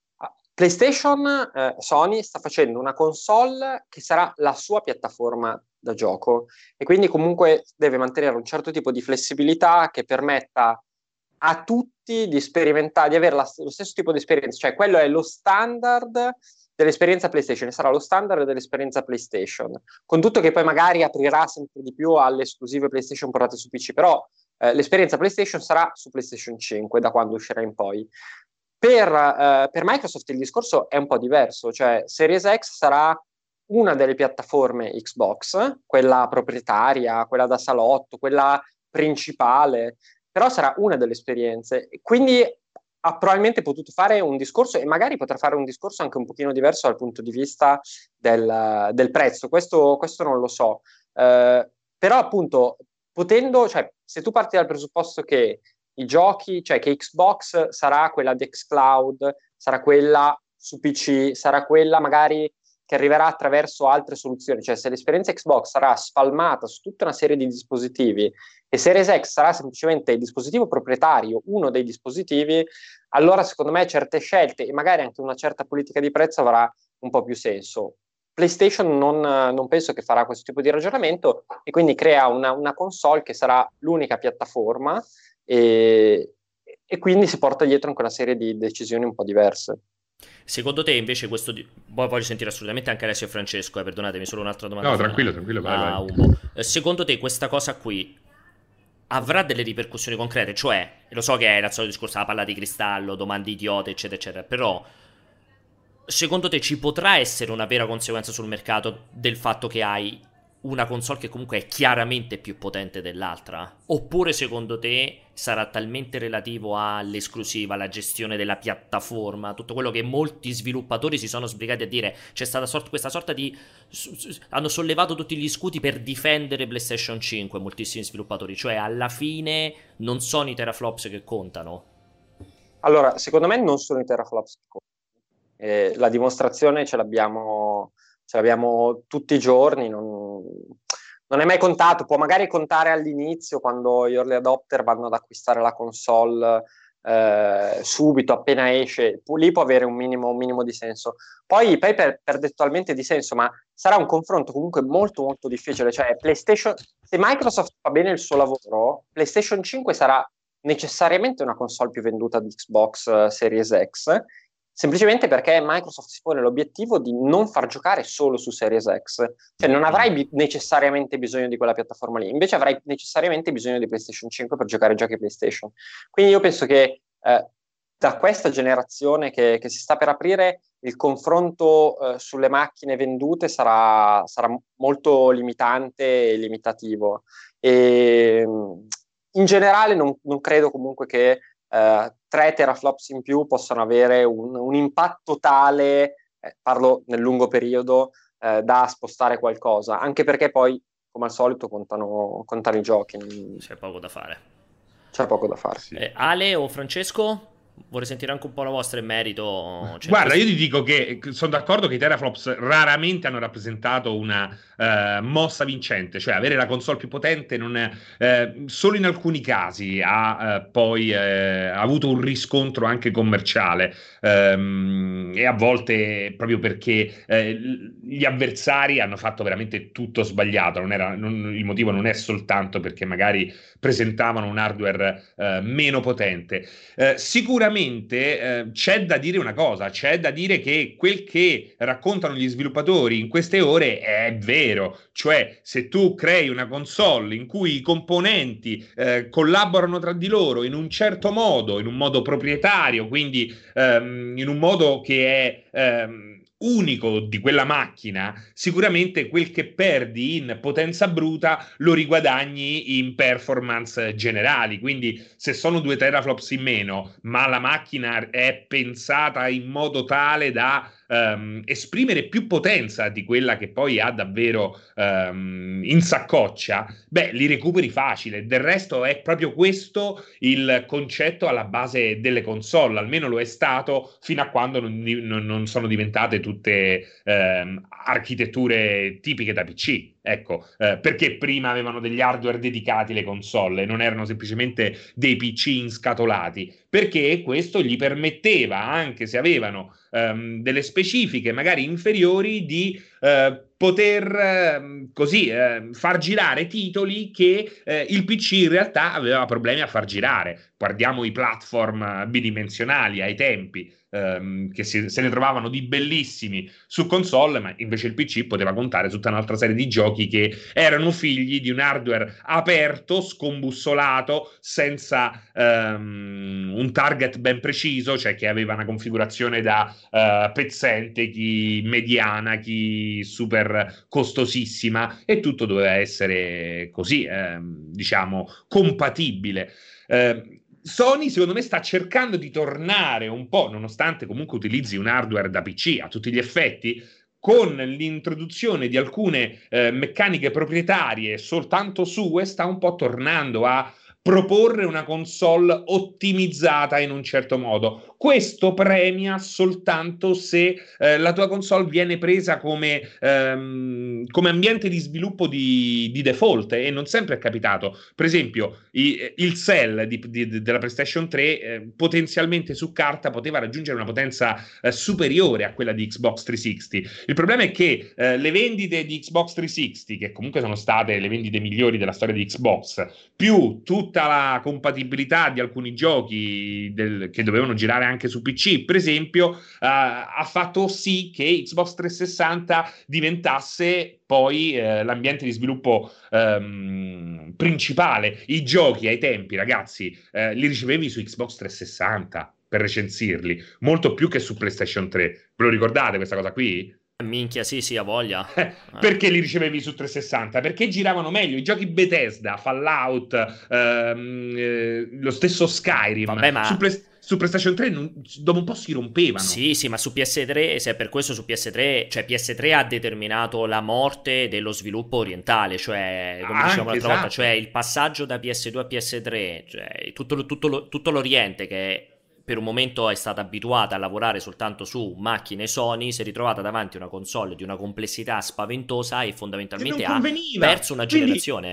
PlayStation, eh, Sony sta facendo una console che sarà la sua piattaforma da gioco e quindi comunque deve mantenere un certo tipo di flessibilità che permetta a tutti di sperimentare, di avere la, lo stesso tipo di esperienza, cioè quello è lo standard dell'esperienza PlayStation e sarà lo standard dell'esperienza PlayStation, con tutto che poi magari aprirà sempre di più alle esclusive PlayStation portate su P C, però eh, l'esperienza PlayStation sarà su PlayStation cinque da quando uscirà in poi. Per, eh, per Microsoft il discorso è un po' diverso, cioè Series X sarà una delle piattaforme Xbox, quella proprietaria, quella da salotto, quella principale, però sarà una delle esperienze. Quindi ha probabilmente potuto fare un discorso e magari potrà fare un discorso anche un pochino diverso dal punto di vista del, del prezzo, questo, questo non lo so. Eh, però appunto, potendo, cioè se tu parti dal presupposto che i giochi, cioè che Xbox sarà quella di xCloud, sarà quella su P C, sarà quella magari che arriverà attraverso altre soluzioni, cioè se l'esperienza Xbox sarà spalmata su tutta una serie di dispositivi e Series X sarà semplicemente il dispositivo proprietario, uno dei dispositivi, allora secondo me certe scelte e magari anche una certa politica di prezzo avrà un po' più senso. PlayStation non, non penso che farà questo tipo di ragionamento e quindi crea una, una console che sarà l'unica piattaforma e, e quindi si porta dietro anche una serie di decisioni un po' diverse. Secondo te invece questo di... Poi voglio sentire assolutamente anche Alessio e Francesco, eh, perdonatemi, solo un'altra domanda. No, tranquillo, tranquillo, vai, ah, vai. Secondo te questa cosa qui avrà delle ripercussioni concrete? Cioè, lo so che è il solito discorso, la palla di cristallo, domande idiote, eccetera, eccetera, però secondo te ci potrà essere una vera conseguenza sul mercato del fatto che hai una console che comunque è chiaramente più potente dell'altra? Oppure secondo te sarà talmente relativo all'esclusiva, alla gestione della piattaforma, tutto quello che molti sviluppatori si sono sbrigati a dire, c'è stata sort- questa sorta di... hanno sollevato tutti gli scudi per difendere PlayStation cinque, moltissimi sviluppatori, cioè alla fine non sono i teraflops che contano? Allora, secondo me non sono i teraflops che contano. Eh, la dimostrazione ce l'abbiamo... ce l'abbiamo tutti i giorni, non, non è mai contato, può magari contare all'inizio quando gli early adopter vanno ad acquistare la console eh, subito, appena esce, lì può avere un minimo, un minimo di senso. Poi Paper perde totalmente di senso, ma sarà un confronto comunque molto molto difficile, cioè PlayStation, se Microsoft fa bene il suo lavoro, PlayStation cinque sarà necessariamente una console più venduta di Xbox uh, Series X, semplicemente perché Microsoft si pone l'obiettivo di non far giocare solo su Series X, cioè non avrai bi- necessariamente bisogno di quella piattaforma lì, invece avrai necessariamente bisogno di PlayStation cinque per giocare giochi PlayStation. Quindi io penso che eh, da questa generazione che, che si sta per aprire, il confronto eh, sulle macchine vendute sarà, sarà molto limitante e limitativo. E in generale non, non credo comunque che Uh, tre teraflops in più possono avere un, un impatto tale, eh, parlo nel lungo periodo, eh, da spostare qualcosa, anche perché poi, come al solito, contano, contano i giochi. C'è poco da fare. C'è poco da fare. Sì. Eh, Ale o Francesco? Vorrei sentire anche un po' la vostra in merito. Cioè, guarda, questo... io ti dico che sono d'accordo che i teraflops raramente hanno rappresentato una uh, mossa vincente, cioè avere la console più potente non è, uh, solo in alcuni casi ha uh, poi uh, avuto un riscontro anche commerciale, um, e a volte proprio perché uh, gli avversari hanno fatto veramente tutto sbagliato. Non era, non, il motivo non è soltanto perché magari presentavano un hardware uh, meno potente. Uh, sicuramente eh, c'è da dire una cosa, c'è da dire che quel che raccontano gli sviluppatori in queste ore è vero, cioè se tu crei una console in cui i componenti eh, collaborano tra di loro in un certo modo, in un modo proprietario, quindi ehm, in un modo che è ehm, unico di quella macchina, sicuramente quel che perdi in potenza bruta lo riguadagni in performance generali. Quindi se sono due teraflops in meno, ma la macchina è pensata in modo tale da um, esprimere più potenza di quella che poi ha davvero um, in saccoccia, beh, li recuperi facile. Del resto è proprio questo il concetto alla base delle console, almeno lo è stato fino a quando non, non, non sono diventate tutte tutte ehm, architetture tipiche da P C. Ecco, eh, perché prima avevano degli hardware dedicati le console, non erano semplicemente dei P C inscatolati, perché questo gli permetteva, anche se avevano ehm, delle specifiche magari inferiori, di eh, poter eh, così eh, far girare titoli che eh, il P C in realtà aveva problemi a far girare. Guardiamo i platform bidimensionali ai tempi, ehm, che si, se ne trovavano di bellissimi su console, ma invece il P C poteva contare tutta un'altra serie di giochi che erano figli di un hardware aperto, scombussolato, senza ehm, un target ben preciso, cioè che aveva una configurazione da uh, pezzente, chi mediana, chi super costosissima, e tutto doveva essere così, ehm, diciamo, compatibile. Eh, Sony secondo me sta cercando di tornare un po', nonostante comunque utilizzi un hardware da P C a tutti gli effetti, con l'introduzione di alcune eh, meccaniche proprietarie soltanto sue, sta un po' tornando a proporre una console ottimizzata in un certo modo. Questo premia soltanto se eh, la tua console viene presa come, ehm, come ambiente di sviluppo di, di default, e non sempre è capitato. Per esempio, i, il cell di, di, della PlayStation tre eh, potenzialmente su carta poteva raggiungere una potenza eh, superiore a quella di Xbox trecentosessanta. Il problema è che eh, le vendite di Xbox trecentosessanta, che comunque sono state le vendite migliori della storia di Xbox, più tutta la compatibilità di alcuni giochi del, che dovevano girare anche su P C, per esempio, uh, ha fatto sì che Xbox trecentosessanta diventasse poi eh, l'ambiente di sviluppo um, principale. I giochi ai tempi, ragazzi, eh, li ricevevi su Xbox trecentosessanta per recensirli, molto più che su PlayStation tre. Ve lo ricordate questa cosa qui? Minchia, sì, sì, ha voglia. Eh, perché li ricevevi su trecentosessanta? Perché giravano meglio i giochi Bethesda, Fallout, ehm, eh, lo stesso Skyrim. Vabbè, ma... su, Play- su PlayStation tre non, dopo un po' si rompevano. Sì, sì, ma su P S tre, se è per questo su P S tre, cioè P S tre ha determinato la morte dello sviluppo orientale, cioè, come dicevamo l'altra esatto. volta, cioè il passaggio da P S due a P S tre, cioè tutto, tutto, tutto l'Oriente che per un momento è stata abituata a lavorare soltanto su macchine Sony, si è ritrovata davanti a una console di una complessità spaventosa e fondamentalmente ha perso una Quindi, generazione.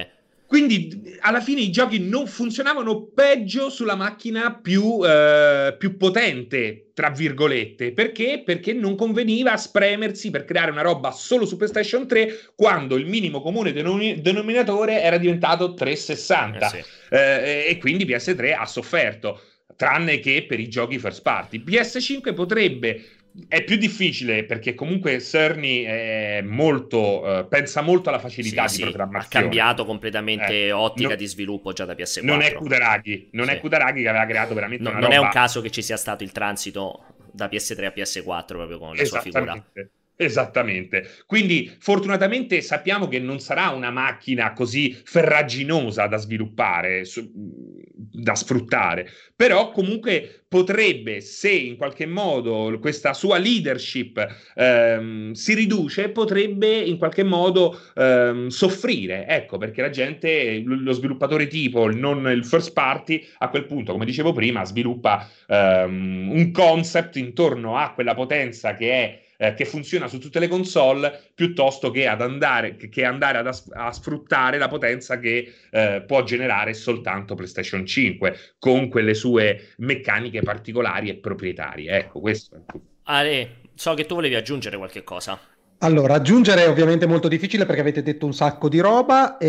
Quindi alla fine i giochi non funzionavano peggio sulla macchina più, eh, più potente, tra virgolette. Perché? Perché non conveniva spremersi per creare una roba solo su PlayStation tre quando il minimo comune denom- denominatore era diventato trecentosessanta. Eh sì. eh, e quindi P S tre ha sofferto, tranne che per i giochi first party. P S cinque potrebbe... È più difficile perché comunque Cerny è molto, uh, pensa molto alla facilità sì, di sì, programmazione. ha cambiato completamente eh, ottica no, di sviluppo già da P S quattro. Non è Kudaragi, non sì. è Kudaragi che aveva creato veramente no, una non roba... Non è un caso che ci sia stato il transito da P S tre a P S quattro proprio con la sua figura. Esattamente. Quindi fortunatamente sappiamo che non sarà una macchina così ferraginosa da sviluppare, su, da sfruttare, però comunque potrebbe, se in qualche modo questa sua leadership ehm, si riduce, potrebbe in qualche modo ehm, soffrire, ecco, perché la gente, lo sviluppatore tipo, non il first party, a quel punto, come dicevo prima, sviluppa ehm, un concept intorno a quella potenza che è Eh, che funziona su tutte le console, piuttosto che ad andare, che, che andare ad as- a sfruttare la potenza che eh, può generare soltanto PlayStation cinque con quelle sue meccaniche particolari e proprietarie. Ecco, questo è tutto. Ale, so che tu volevi aggiungere qualche cosa. Allora, aggiungere è ovviamente molto difficile perché avete detto un sacco di roba.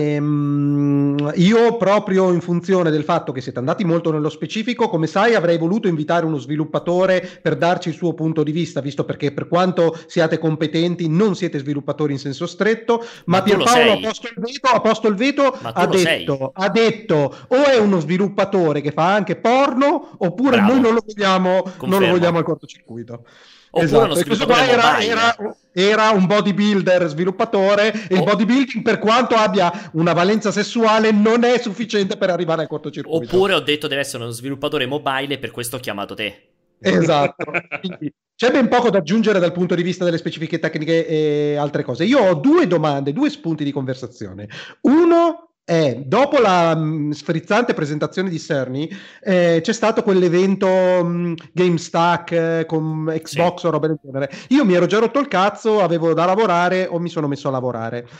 Ehm, io proprio in funzione del fatto che siete andati molto nello specifico, come sai, avrei voluto invitare uno sviluppatore per darci il suo punto di vista, visto perché per quanto siate competenti non siete sviluppatori in senso stretto, ma, ma Pierpaolo ha posto il veto, ha, posto il veto, ha, detto, ha detto o è uno sviluppatore che fa anche porno oppure Bravo. noi non lo vogliamo, non lo vogliamo al cortocircuito. Oppure esatto. uno sviluppatore era, era, era un bodybuilder sviluppatore e oh. il bodybuilding, per quanto abbia una valenza sessuale, non è sufficiente per arrivare al cortocircuito. Oppure ho detto deve essere uno sviluppatore mobile e per questo ho chiamato te. Esatto. Quindi, c'è ben poco da aggiungere dal punto di vista delle specifiche tecniche e altre cose. Io ho due domande, due spunti di conversazione. Uno è, dopo la mh, sfrizzante presentazione di Cerny, eh, c'è stato quell'evento mh, GameStack eh, con Xbox sì. o roba del genere. Io mi ero già rotto il cazzo, avevo da lavorare o mi sono messo a lavorare.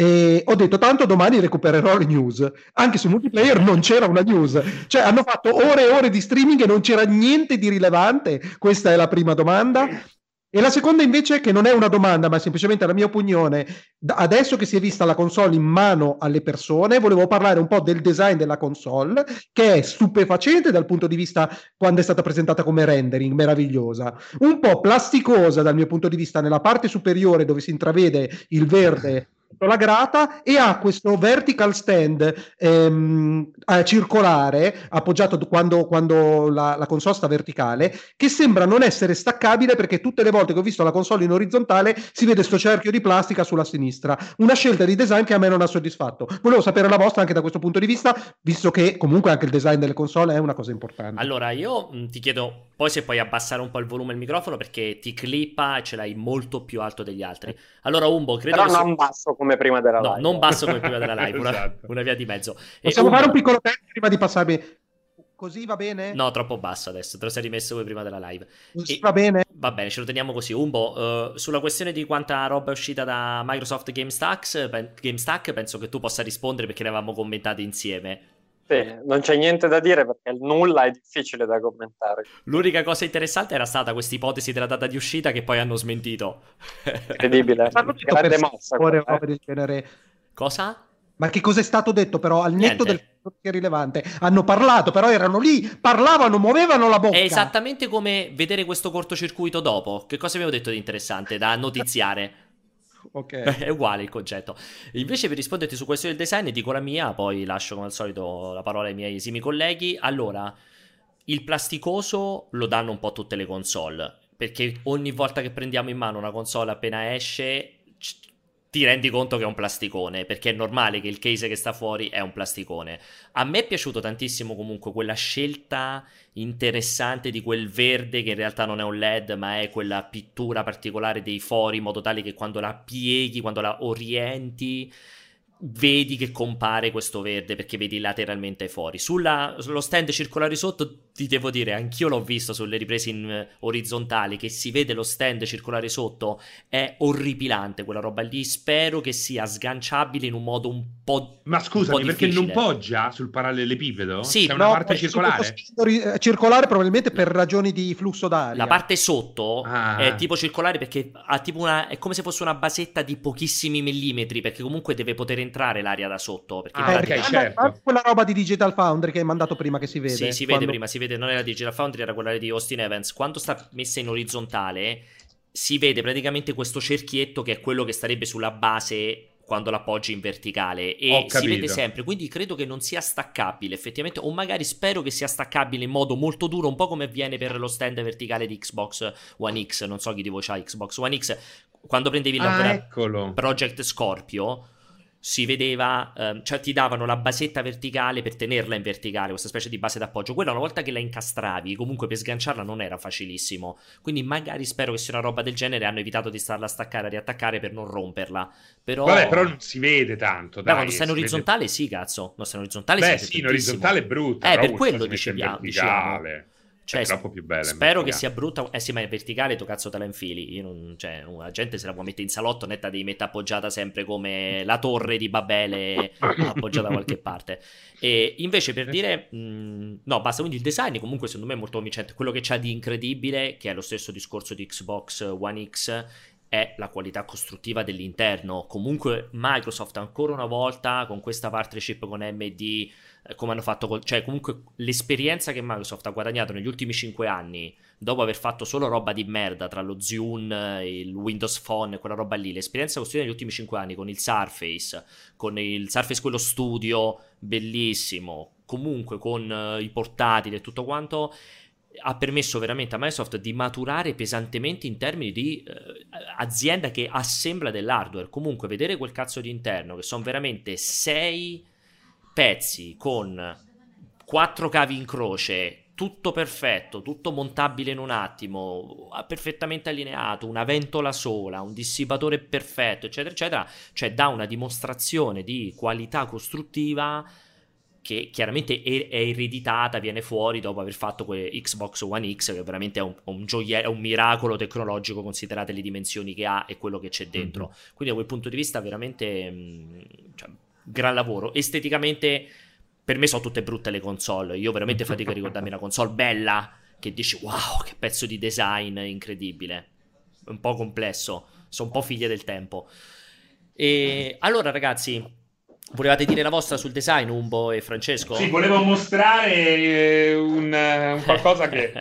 E ho detto, tanto domani recupererò le news. Anche su multiplayer non c'era una news. Cioè, hanno fatto ore e ore di streaming e non c'era niente di rilevante. Questa è la prima domanda. E la seconda invece, che non è una domanda ma semplicemente la mia opinione, adesso che si è vista la console in mano alle persone, volevo parlare un po' del design della console, che è stupefacente dal punto di vista quando è stata presentata come rendering, meravigliosa, un po' plasticosa dal mio punto di vista nella parte superiore dove si intravede il verde la grata, e ha questo vertical stand ehm, eh, circolare appoggiato quando, quando la, la console sta verticale, che sembra non essere staccabile, perché tutte le volte che ho visto la console in orizzontale si vede sto cerchio di plastica sulla sinistra, una scelta di design che a me non ha soddisfatto. Volevo sapere la vostra anche da questo punto di vista, visto che comunque anche il design delle console è una cosa importante. Allora io mh, ti chiedo poi se puoi abbassare un po' il volume del microfono, perché ti clippa e ce l'hai molto più alto degli altri. Allora Umbo, credo però che non so... basso come prima della no, live. non basso come prima della live, una, esatto. una via di mezzo. Possiamo e fare Umbo... un piccolo test prima di passarmi? Così va bene? No, troppo basso adesso, te lo sei rimesso come prima della live. Così e... va bene? Va bene, ce lo teniamo così. Umbo, uh, sulla questione di quanta roba è uscita da Microsoft GameStack, pen- GameStack penso che tu possa rispondere, perché ne avevamo commentate insieme. Sì, non c'è niente da dire perché il nulla è difficile da commentare. L'unica cosa interessante era stata questa ipotesi della data di uscita che poi hanno smentito. Incredibile. Grande mossa. Per eh. Cosa? Ma che cosa è stato detto però al netto Niente. del fatto che è rilevante? Hanno parlato, però erano lì, parlavano, muovevano la bocca. È esattamente come vedere questo cortocircuito dopo. Che cosa avevo detto di interessante da notiziare? Okay. È uguale il concetto. Invece, per risponderti su questione del design, dico la mia, poi lascio come al solito la parola ai miei esimi colleghi. Allora, il plasticoso lo danno un po' tutte le console, perché ogni volta che prendiamo in mano una console appena esce ti rendi conto che è un plasticone, perché è normale che il case che sta fuori è un plasticone. A me è piaciuto tantissimo comunque quella scelta interessante di quel verde, che in realtà non è un L E D ma è quella pittura particolare dei fori, in modo tale che quando la pieghi, quando la orienti, vedi che compare questo verde perché vedi lateralmente fuori. Sulla, sullo stand circolare sotto ti devo dire, anch'io l'ho visto sulle riprese in uh, orizzontali, che si vede lo stand circolare sotto, è orripilante quella roba lì. Spero che sia sganciabile in un modo un po', ma scusami, un po' perché difficile. non poggia sul parallelepipedo? Sì, c'è una No, parte è circolare? ri- circolare probabilmente per ragioni di flusso d'aria. La parte sotto Ah. è tipo circolare perché ha tipo una, è come se fosse una basetta di pochissimi millimetri, perché comunque deve poter entrare l'aria da sotto. Perché in Ah, pratica- ok, certo. Ma quella roba di Digital Foundry che hai mandato prima che si vede. Sì, si vede quando- prima, si vede, non era Digital Foundry, era quella di Austin Evans. Quando sta messa in orizzontale, si vede praticamente questo cerchietto che è quello che starebbe sulla base quando l'appoggi in verticale, e Ho si vede capito. sempre, quindi credo che non sia staccabile effettivamente, o magari spero che sia staccabile in modo molto duro, un po' come avviene per lo stand verticale di Xbox One X. Non so chi di voi c'ha Xbox One X, quando prendevi Ah, ancora eccolo. Project Scorpio si vedeva, ehm, cioè ti davano la basetta verticale per tenerla in verticale, questa specie di base d'appoggio. Quella, una volta che la incastravi, comunque per sganciarla non era facilissimo, quindi magari spero che sia una roba del genere. Hanno evitato di starla a staccare e riattaccare per non romperla, però Vabbè, però non si vede tanto, Beh, dai. quando sta in si vede- orizzontale sì, cazzo, non sta in orizzontale Beh, si vede sì, in tantissimo. orizzontale è brutta. Eh, però per uno quello si mette in diceviamo- verticale. Cioè, È troppo più bella in spero che verticale. sia brutta. Eh sì, ma in verticale tu cazzo te la infili. Io non, cioè, la gente se la può mettere in salotto, netta devi mettere appoggiata sempre come la torre di Babele appoggiata da qualche parte. E invece per dire mh, no, basta. Quindi il design comunque secondo me è molto convincente. Quello che c'ha di incredibile, che è lo stesso discorso di Xbox One X, è la qualità costruttiva dell'interno. Comunque Microsoft ancora una volta con questa partnership con A M D, eh, come hanno fatto col, cioè comunque l'esperienza che Microsoft ha guadagnato negli ultimi cinque anni, dopo aver fatto solo roba di merda tra lo Zune, il Windows Phone e quella roba lì, l'esperienza costruita negli ultimi cinque anni con il Surface, con il Surface quello studio bellissimo, comunque con uh, i portatili e tutto quanto, ha permesso veramente a Microsoft di maturare pesantemente in termini di eh, azienda che assembla dell'hardware. Comunque vedere quel cazzo di interno, che sono veramente sei pezzi con quattro cavi in croce, tutto perfetto, tutto montabile in un attimo, perfettamente allineato, una ventola sola, un dissipatore perfetto, eccetera eccetera, cioè dà una dimostrazione di qualità costruttiva che chiaramente è, è ereditata, viene fuori dopo aver fatto que- Xbox One X, che veramente è un, un gioiello, è un miracolo tecnologico considerate le dimensioni che ha e quello che c'è dentro. Mm-hmm. Quindi da quel punto di vista veramente mh, cioè, gran lavoro. Esteticamente per me sono tutte brutte le console, io veramente fatico a ricordarmi una console bella che dici wow, che pezzo di design incredibile. È un po' complesso, sono un po' figlie del tempo. E allora ragazzi, volevate dire la vostra sul design, Umbo e Francesco? Sì, volevo mostrare un, un qualcosa che,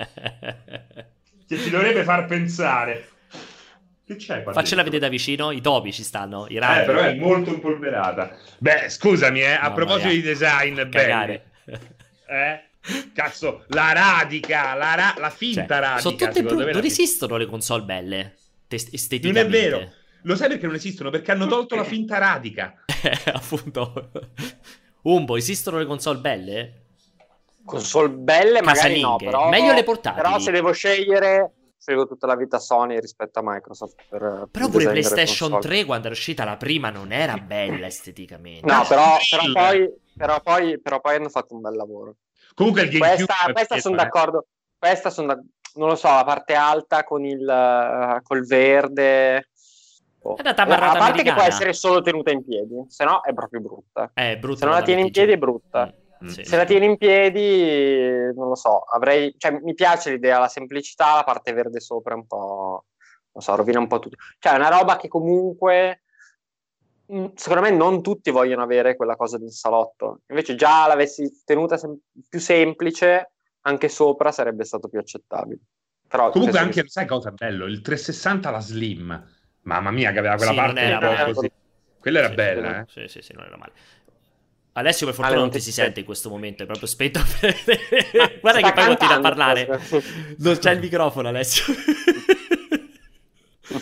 che ti dovrebbe far pensare. Che c'è qua Faccela dentro? vedere da vicino, i topi ci stanno, i ragni. Eh, però è molto impolverata. Beh, scusami, eh, a Mamma proposito mia. di design belli. Cagare. Eh? Cazzo, la radica, la, ra- la finta Cioè, radica. sono tutte secondo bru- me non la- esistono le console belle est- Non esteticamente. è vero. Lo sai perché non esistono? Perché hanno tolto la finta radica. Appunto. Umbo, esistono le console belle? Console belle magari no, Casalinghe. però, Meglio le portatili. però se devo scegliere scelgo tutta la vita Sony rispetto a Microsoft per, Però per pure design delle PlayStation console. tre quando era uscita la prima non era bella esteticamente. No, però, Drill. però, poi, però, poi, però poi hanno fatto un bel lavoro. Comunque il GameCube Questa, è questa bello, sono eh. d'accordo. Questa sono da- non lo so, la parte alta con il uh, col verde. Oh. È andata amarrata A parte che americana. può essere solo tenuta in piedi, se no è proprio brutta. È brutta Se non la da tieni in mettere piedi giù. è brutta. Mm, sì, Se sì. la tieni in piedi, non lo so, avrei, cioè, mi piace l'idea, la semplicità, la parte verde sopra è un po', non so, rovina un po' tutto. Cioè, è una roba che comunque, mh, secondo me, non tutti vogliono avere quella cosa del salotto. Invece, già l'avessi tenuta sem- più semplice, anche sopra sarebbe stato più accettabile. Però Comunque penso anche, che- sai cosa è bello? Il trecentosessanta la Slim. Mamma mia, che aveva quella Sì, non parte era un po' male. così. Quella era Sì, bella, eh? Sì, sì, sì, non era male. Alessio per fortuna Ale, non non ti ti si sente. sente in questo momento, è proprio spento. Ah, Guarda sta che poi continua a cantando, parlare. forse. Non c'è il microfono, Alessio.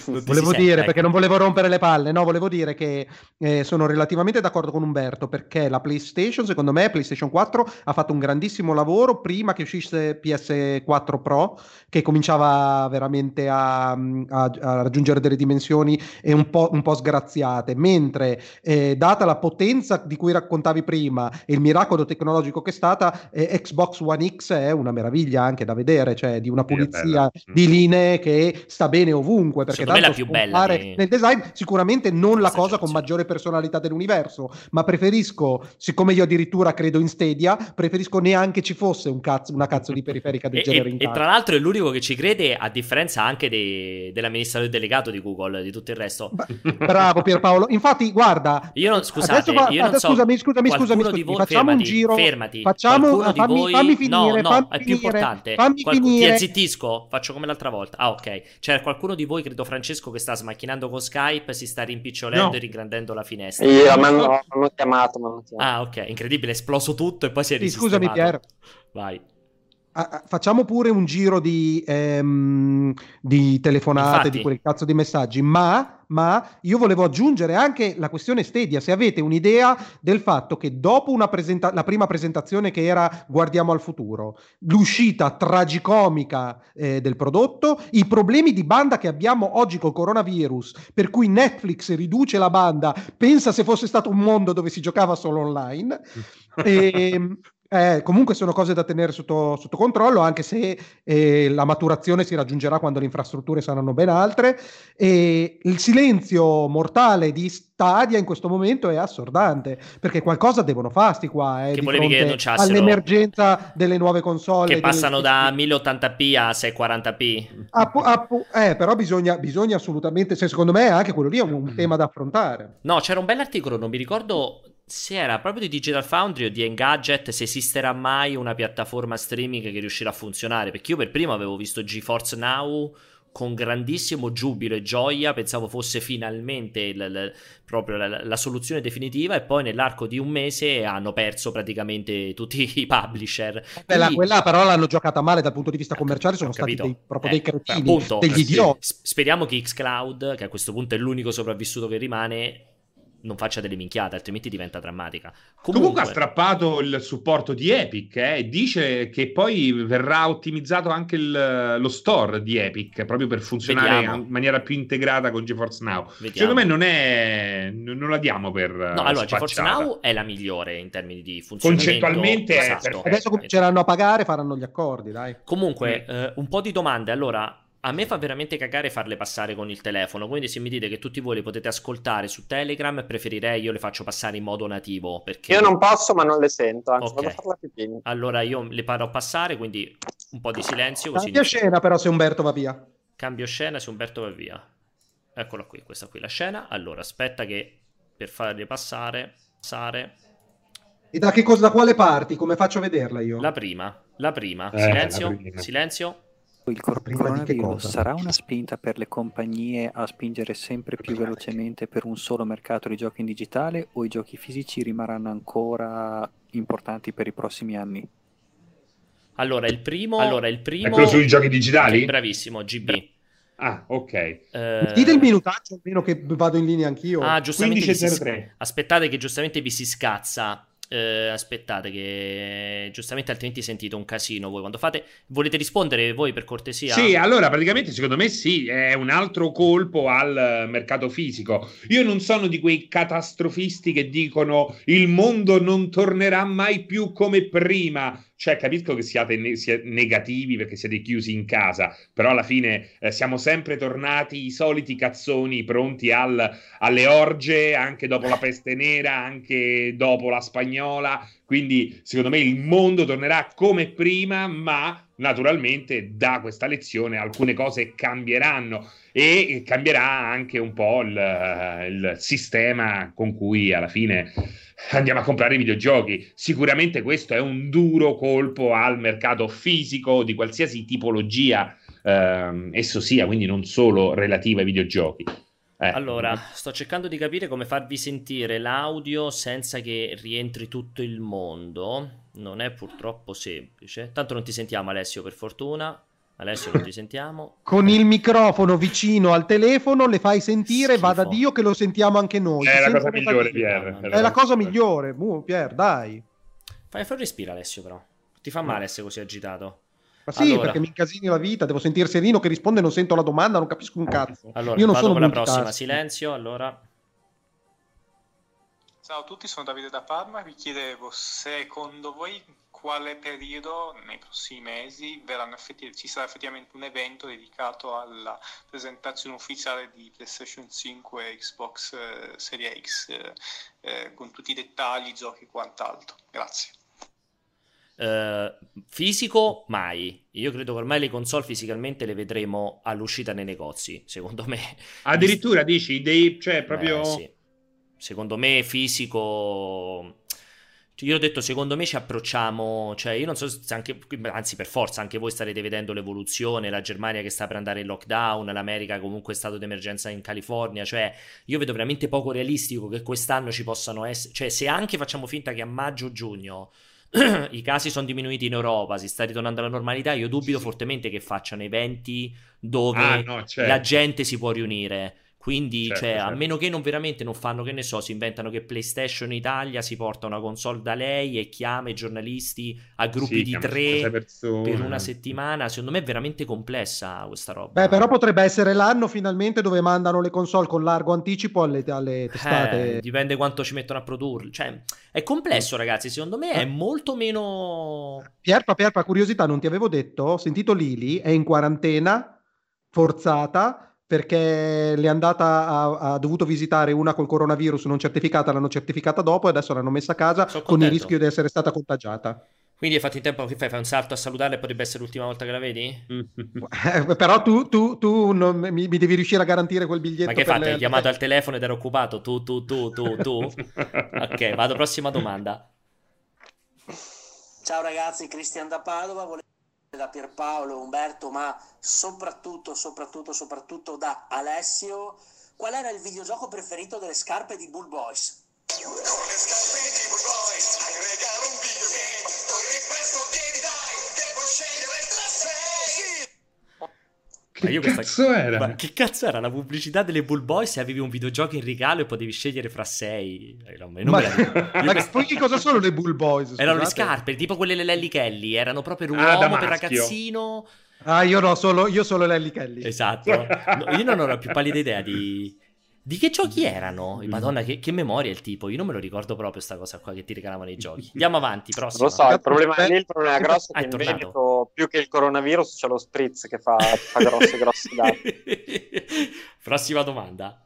Non ti Volevo si dire, sente, perché ecco. non volevo rompere le palle, no, volevo dire che eh, sono relativamente d'accordo con Umberto, perché la PlayStation, secondo me, PlayStation quattro ha fatto un grandissimo lavoro prima che uscisse P S quattro Pro, che cominciava veramente a, a- a raggiungere delle dimensioni e un po', un po' sgraziate, mentre eh, data la potenza di cui raccontavi prima e il miracolo tecnologico che è stata, eh, Xbox One X è una meraviglia anche da vedere, cioè di una Sì, è bella. pulizia Mm. di linee che sta bene ovunque, perché Secondo me è la tanto più bella spuntare di nel design sicuramente non la questa cosa con generazione. maggiore personalità dell'universo, ma preferisco, siccome io addirittura credo in Stadia, preferisco neanche ci fosse un cazzo, una cazzo di periferica del E, genere e- in e tra casa. l'altro è l'unico che ci crede, a differenza anche dei- dell'amministratore delegato di Google, di tutto il resto. Ba- Bravo Pierpaolo. Infatti, guarda, Io non, adesso scusate, fa- io non adesso- so, scusami, scusami, scusami, qualcuno di scusami, voi, facciamo un fermati, giro, fermati, facciamo, qualcuno di fammi, voi, fammi no, finire, no, fammi è più finire, importante, fammi Qualcu- ti finire. azzittisco, faccio come l'altra volta, ah ok, c'è qualcuno di voi, credo Francesco, che sta smacchinando con Skype, si sta rimpicciolendo No. e rigrandendo la finestra. Io Non mi hanno, so- mi hanno chiamato, mi hanno chiamato. Ah ok, incredibile, è esploso tutto e poi si è Sì, scusami, risistemato. Pier. Vai. Ah, ah, facciamo pure un giro di, ehm, di telefonate, Infatti. di quel cazzo di messaggi, ma, ma io volevo aggiungere anche la questione Stadia, se avete un'idea del fatto che dopo una presenta- la prima presentazione che era Guardiamo al futuro, l'uscita tragicomica eh, del prodotto, i problemi di banda che abbiamo oggi col coronavirus, per cui Netflix riduce la banda, pensa se fosse stato un mondo dove si giocava solo online, e... Eh, comunque sono cose da tenere sotto, sotto controllo, anche se eh, la maturazione si raggiungerà quando le infrastrutture saranno ben altre. E il silenzio mortale di Stadia in questo momento è assordante, perché qualcosa devono fare sti qua eh, Che di volevi che fronte annunciassero? all'emergenza delle nuove console. Che passano delle... da mille ottanta p a seicentoquaranta p. Appu- appu- eh, però bisogna, bisogna assolutamente, se secondo me anche quello lì è un, un tema da affrontare. No, c'era un bell'articolo, non mi ricordo se era proprio di Digital Foundry o di Engadget, se esisterà mai una piattaforma streaming che riuscirà a funzionare, perché io per primo avevo visto GeForce Now con grandissimo giubilo e gioia, pensavo fosse finalmente il, il, proprio la, la soluzione definitiva, e poi nell'arco di un mese hanno perso praticamente tutti i publisher. Quella, Quindi, quella però l'hanno giocata male dal punto di vista commerciale, sono ho stati capito. dei, proprio Eh, dei cretini, appunto, degli eh sì. idioti. S- speriamo che xCloud, che a questo punto è l'unico sopravvissuto che rimane, non faccia delle minchiate, altrimenti diventa drammatica. Comunque, Comunque ha strappato il supporto di Epic eh, e dice che poi verrà ottimizzato anche il- lo store di Epic proprio per funzionare Vediamo. in maniera più integrata con GeForce Now. Vediamo. Secondo me non è non la diamo per No, allora GeForce spacciata. Now è la migliore in termini di funzionamento. Concettualmente è esatto. perfetta. Adesso cominceranno a pagare, faranno gli accordi, dai. Comunque, eh, un po' di domande. Allora, a me fa veramente cagare farle passare con il telefono, quindi se mi dite che tutti voi le potete ascoltare su Telegram, preferirei io le faccio passare in modo nativo, perché Io non posso, ma non le sento, anzi Ok. vado a fare la pipì. allora io le farò passare, quindi un po' di silenzio così Cambia inizio. scena però se Umberto va via. Cambio scena se Umberto va via. Eccola qui, questa qui la scena. Allora, aspetta che per farle passare, passare E da che cosa, da quale parti? Come faccio a vederla io? la prima, la prima. Eh, Silenzio, la prima. silenzio. Il cor- Prima di che coronavirus cosa? sarà una spinta per le compagnie a spingere sempre più velocemente per un solo mercato di giochi in digitale, o i giochi fisici rimarranno ancora importanti per i prossimi anni? Allora, il primo, allora, il primo È quello sui giochi digitali? Ok, bravissimo, G B. Ah, ok. Eh, Dite il minutaggio almeno che vado in linea anch'io. Ah, giustamente vi si- quindici e zero tre. aspettate che giustamente vi si scazza. Eh, aspettate che giustamente altrimenti sentite un casino voi quando fate. Volete rispondere voi per cortesia? Sì, allora praticamente secondo me sì, è un altro colpo al mercato fisico. Io non sono di quei catastrofisti che dicono il mondo non tornerà mai più come prima. Cioè, capisco che siate ne- siete negativi perché siete chiusi in casa, però alla fine eh, siamo sempre tornati i soliti cazzoni pronti al, alle orge, anche dopo la peste nera, anche dopo la spagnola. Quindi, secondo me, il mondo tornerà come prima, ma naturalmente da questa lezione alcune cose cambieranno e cambierà anche un po' il, il sistema con cui alla fine andiamo a comprare i videogiochi. Sicuramente questo è un duro colpo al mercato fisico di qualsiasi tipologia ehm, esso sia, quindi non solo relativa ai videogiochi. Eh. Allora, sto cercando di capire come farvi sentire l'audio senza che rientri tutto il mondo. Non è purtroppo semplice. Tanto non ti sentiamo, Alessio, per fortuna. Alessio, non ti sentiamo. Con il microfono vicino al telefono le fai sentire, Schifo. vada Dio che lo sentiamo anche noi. È Ti la senti cosa migliore, Dio. Pier. È la cosa migliore, uh, Pier, dai. Fai fuori respira, Alessio, però. Ti fa male essere così agitato. Ma sì, Allora. perché mi incasini la vita, devo sentire Serino che risponde, non sento la domanda, non capisco un cazzo. Allora, Io non vado sono con la multitasking. prossima. Silenzio, allora. Ciao a tutti, sono Davide da Parma. Vi chiedevo, secondo voi, quale periodo nei prossimi mesi verranno effetti- ci sarà effettivamente un evento dedicato alla presentazione ufficiale di PlayStation cinque e Xbox eh, Series X, eh, eh, con tutti i dettagli, giochi e quant'altro. Grazie. Uh, fisico mai. Io credo che ormai le console fisicalmente le vedremo all'uscita nei negozi, secondo me. Addirittura dici dei, cioè proprio Eh, sì. Secondo me fisico, io ho detto, secondo me ci approcciamo, cioè io non so se anche, anzi per forza anche voi starete vedendo l'evoluzione, la Germania che sta per andare in lockdown, l'America comunque è stato d'emergenza in California, cioè io vedo veramente poco realistico che quest'anno ci possano essere, cioè se anche facciamo finta che a maggio-giugno i casi sono diminuiti in Europa, si sta ritornando alla normalità, io dubito fortemente che facciano eventi dove Ah, no, certo. la gente si può riunire. Quindi, Certo, cioè, certo. a meno che non veramente non fanno, che ne so, si inventano che PlayStation Italia si porta una console da lei e chiama i giornalisti a gruppi Sì, di chiama tre sei persone. per una settimana. Secondo me è veramente complessa questa roba. Beh, però potrebbe essere l'anno finalmente dove mandano le console con largo anticipo alle, alle testate. Eh, dipende quanto ci mettono a produrre. Cioè, è complesso, ragazzi. Secondo me è molto meno. Pierpa, Pierpa, curiosità, non ti avevo detto? Ho sentito Lili, è in quarantena forzata perché le è andata a, ha dovuto visitare una col coronavirus non certificata, l'hanno certificata dopo e adesso l'hanno messa a casa Sono con il contento. rischio di essere stata contagiata. Quindi hai fatto in tempo, che fai? Fai un salto a salutare e potrebbe essere l'ultima volta che la vedi? Eh, però tu, tu, tu non, mi, mi devi riuscire a garantire quel biglietto. Ma che hai per fatto? le- Hai chiamato al telefono ed ero occupato? Tu, tu, tu, tu, tu? Ok, vado, prossima domanda. Ciao ragazzi, Cristian da Padova, volevo da Pierpaolo, Umberto, ma soprattutto, soprattutto, soprattutto da Alessio, qual era il videogioco preferito delle scarpe di Bull Boys? Con le scarpe di Bull Boys hai regalo un videogame, corri presto, vieni dai, devo scegliere tra sei. Che Ma io questa- cazzo era? Ma che cazzo era la pubblicità delle Bull Boys se avevi un videogioco in regalo e potevi scegliere fra sei? Eh, no, ma non Ma, me la ricordo. Io ma questa- poi che cosa sono le Bull Boys? Erano le scusate? scarpe, tipo quelle delle Lelly Kelly, erano proprio per Ah, da uomo, per maschio. ragazzino. Ah, io no, solo, io solo Lelly Kelly. Esatto. No, io non ho la più pallida idea di... Di che giochi erano? Madonna, che, che memoria il tipo. Io non me lo ricordo proprio sta cosa qua che ti regalavano i giochi. Andiamo avanti, prossimo. Non lo so, il problema lì, il problema grosso Ah, è è che in tornato. Veneto, più che il coronavirus, c'è lo spritz che fa, fa grossi grossi dati. Prossima domanda.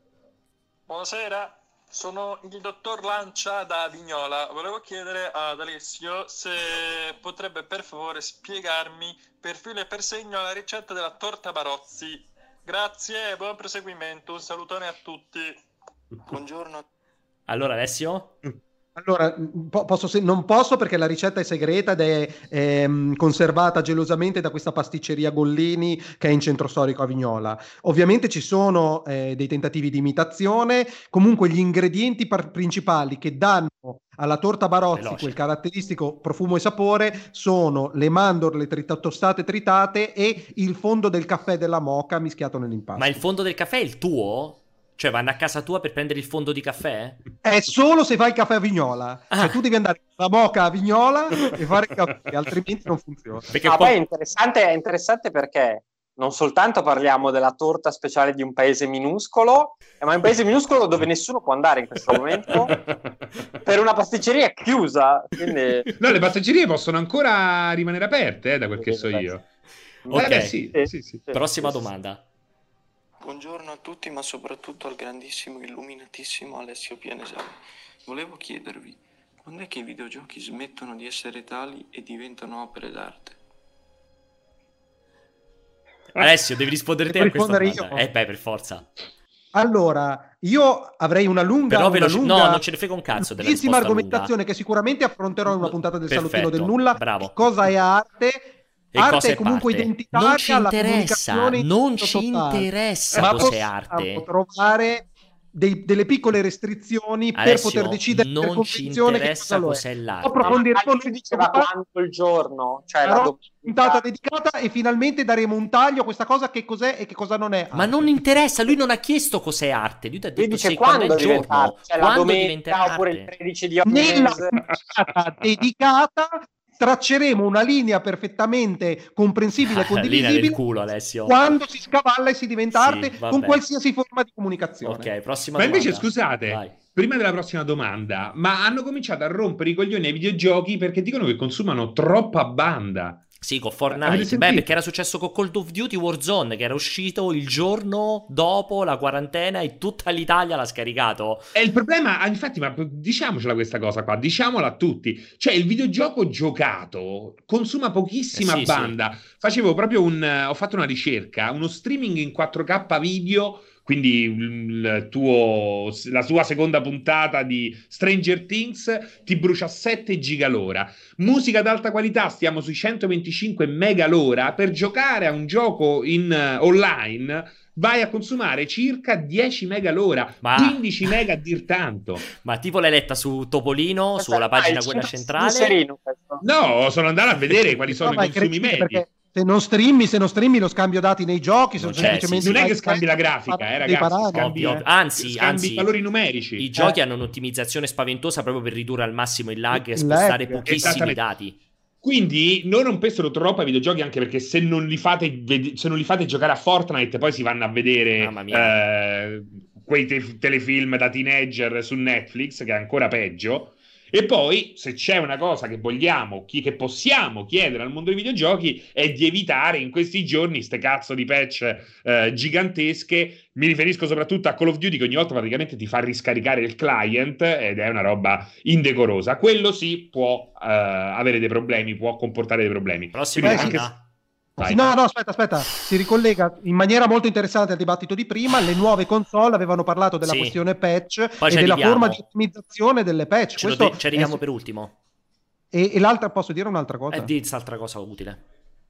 Buonasera, sono il dottor Lancia da Vignola. Volevo chiedere ad Alessio se potrebbe per favore spiegarmi per filo e per segno la ricetta della torta Barozzi. Grazie e buon proseguimento. Un salutone a tutti. Buongiorno. Allora, Alessio? Allora, po- posso se- non posso perché la ricetta è segreta ed è ehm, conservata gelosamente da questa pasticceria Gollini che è in centro storico a Vignola. Ovviamente ci sono eh, dei tentativi di imitazione, comunque gli ingredienti par- principali che danno alla torta Barozzi Veloce. quel caratteristico profumo e sapore sono le mandorle trita- tostate tritate e il fondo del caffè della moka mischiato nell'impasto. Ma il fondo del caffè è il tuo? Cioè vanno a casa tua per prendere il fondo di caffè? È solo se fai il caffè a Vignola. Ah. Cioè tu devi andare alla moka a Vignola e fare il caffè, altrimenti non funziona. Perché Ah, qua- poi è interessante, è interessante perché non soltanto parliamo della torta speciale di un paese minuscolo, eh, ma è un paese minuscolo dove nessuno può andare in questo momento per una pasticceria chiusa. Quindi... No, le pasticcerie possono ancora rimanere aperte, eh, da quel che so io. Ok. Eh, beh, sì, Sì. sì, sì. Prossima domanda. Buongiorno a tutti, ma soprattutto al grandissimo, illuminatissimo Alessio Pianesani. Volevo chiedervi, quando è che i videogiochi smettono di essere tali e diventano opere d'arte? Alessio, devi rispondere te Devo a questa rispondere domanda. io? Eh beh, per forza. Allora, io avrei una lunga, Però una veloce- lunga, no, non ce ne frega un cazzo della lunghissima risposta argomentazione che sicuramente affronterò in una puntata del Perfetto, salottino del nulla. bravo. Cosa è arte? E arte cosa è è comunque parte? identitaria. Non ci la interessa, comunicazione in non senso ci totale. interessa Ma cos'è possiamo arte. trovare dei- delle piccole restrizioni per Alessio, poter decidere per non ci convinzione che interessa cosa lo è. cos'è l'arte. Approfondiremo lui diceva quando il giorno, cioè la sarà una domenica. puntata dedicata e finalmente daremo un taglio a questa cosa, che cos'è e che cosa non è. Ma arte. non interessa, lui non ha chiesto cos'è arte, lui ti ha Lui detto dice sì, quando è quando il giorno, diventa, cioè la quando domenica diventerà oppure il arte. tredici di ogni Nella mese. puntata dedicata tracceremo una linea perfettamente comprensibile e Linea del condivisibile culo, Alessio. quando si scavalla e si diventa Sì, arte vabbè. con qualsiasi forma di comunicazione. Ok, prossima Ma domanda. invece, scusate, Vai. prima della prossima domanda, ma hanno cominciato a rompere i coglioni ai videogiochi perché dicono che consumano troppa banda. Sì, con Avete Fortnite. Beh, sentito? perché era successo con Call of Duty Warzone, che era uscito il giorno dopo la quarantena e tutta l'Italia l'ha scaricato. E il problema, ah, infatti, ma diciamocela questa cosa qua, diciamola a tutti, cioè il videogioco giocato consuma pochissima Eh sì, banda. Facevo proprio un, eh, ho fatto una ricerca, uno streaming in quattro K video, quindi il tuo, la tua seconda puntata di Stranger Things ti brucia sette giga l'ora. Musica ad alta qualità, stiamo sui centoventicinque mega l'ora. Per giocare a un gioco in eh, online vai a consumare circa dieci mega l'ora, Ma- quindici mega a dir tanto. Ma tipo l'hai letta su Topolino, Questa- sulla pagina ah, il quella cinque centrale? Serino, questo. No, sono andato a vedere quali sono No, ma i è consumi credibile, medi. perché se non streami, se non streami lo scambio dati nei giochi, Non sono c'è, semplicemente sì, sì. Non è che dei scambi la test, grafica, eh, dei ragazzi, parametri. scambi, Ovvio, eh. anzi, Scambi anzi, valori numerici. I giochi Eh. hanno un'ottimizzazione spaventosa proprio per ridurre al massimo il lag e Il spostare lag, pochissimi esattamente. dati. Quindi non rompessero troppo ai videogiochi, anche perché se non li fate, ved- se non li fate giocare a Fortnite, poi si vanno a vedere Mamma mia. eh, quei te- telefilm da teenager su Netflix, che è ancora peggio. E poi, se c'è una cosa che vogliamo, chi- che possiamo chiedere al mondo dei videogiochi, è di evitare in questi giorni ste cazzo di patch eh, gigantesche. Mi riferisco soprattutto a Call of Duty, che ogni volta praticamente ti fa riscaricare il client, ed è una roba indecorosa. Quello sì può eh, avere dei problemi, può comportare dei problemi. Prossima Quindi domanda. anche- Vai. No, no, aspetta, aspetta, si ricollega in maniera molto interessante al dibattito di prima. Le nuove console avevano parlato della Sì. questione patch Poi e ci della arriviamo. forma di ottimizzazione delle patch. Ce lo Questo de- ci arriviamo è- per ultimo. e, e l'altra, posso dire un'altra cosa? E diz altra cosa utile.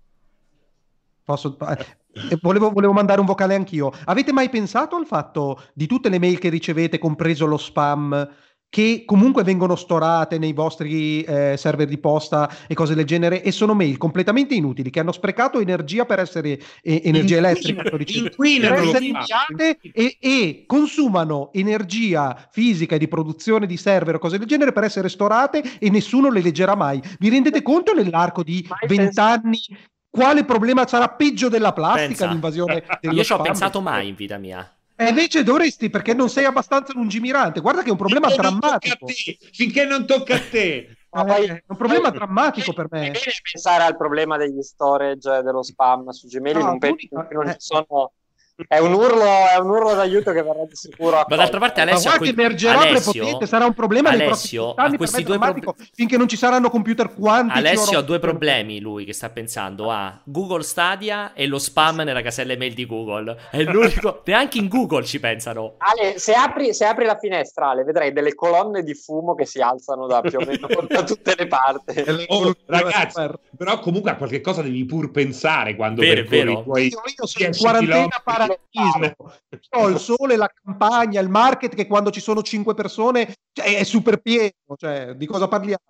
Posso... eh, volevo, volevo mandare un vocale anch'io. Avete mai pensato al fatto di tutte le mail che ricevete, compreso lo spam, che comunque vengono storate nei vostri eh, server di posta e cose del genere, e sono mail completamente inutili, che hanno sprecato energia per essere eh, energia Inquinano- elettrica, sto dicendo, per inquinano lo essere spam. inviate e, e consumano energia fisica e di produzione di server o cose del genere per essere storate, e nessuno le leggerà mai. Vi rendete conto nell'arco di Mai vent'anni quale problema sarà peggio della plastica, Pensa. l'invasione dello Io ci ho spam? pensato mai in vita mia. E invece dovresti, perché non sei abbastanza lungimirante. Guarda che è un problema Finché non tocca a drammatico. te, finché non tocca a te. Ma poi- Eh, è un problema poi- drammatico per È me. bene pensare al problema degli storage e dello spam su Gmail, No, in un periodo l'unica- in cui non eh. ci sono. È un urlo, è un urlo d'aiuto che verrà di sicuro Ma accolto. d'altra parte Ma Alessio, guarda che que- emergerà Alessio- prepotente, sarà un problema nei Alessio, prossimi ha anni, per questi me due drammatico, prob- finché non ci saranno computer quantici. Alessio o ha due roba- problemi, lui che sta pensando a Google Stadia e lo spam nella casella email di Google. È l'unico, neanche in Google ci pensano. Ale, se apri, se apri la finestra, Ale, vedrai delle colonne di fumo che si alzano da più o meno da tutte le parti. È l'evoluzione Oh, ragazzi, super. però comunque a qualche cosa devi pur pensare quando Vero, percorri vero. i tuoi Io, io sono in dieci quarantena chilometri. paradiso. Ho il sole, la campagna, il market, che quando ci sono cinque persone, cioè, è super pieno. Cioè, di cosa parliamo?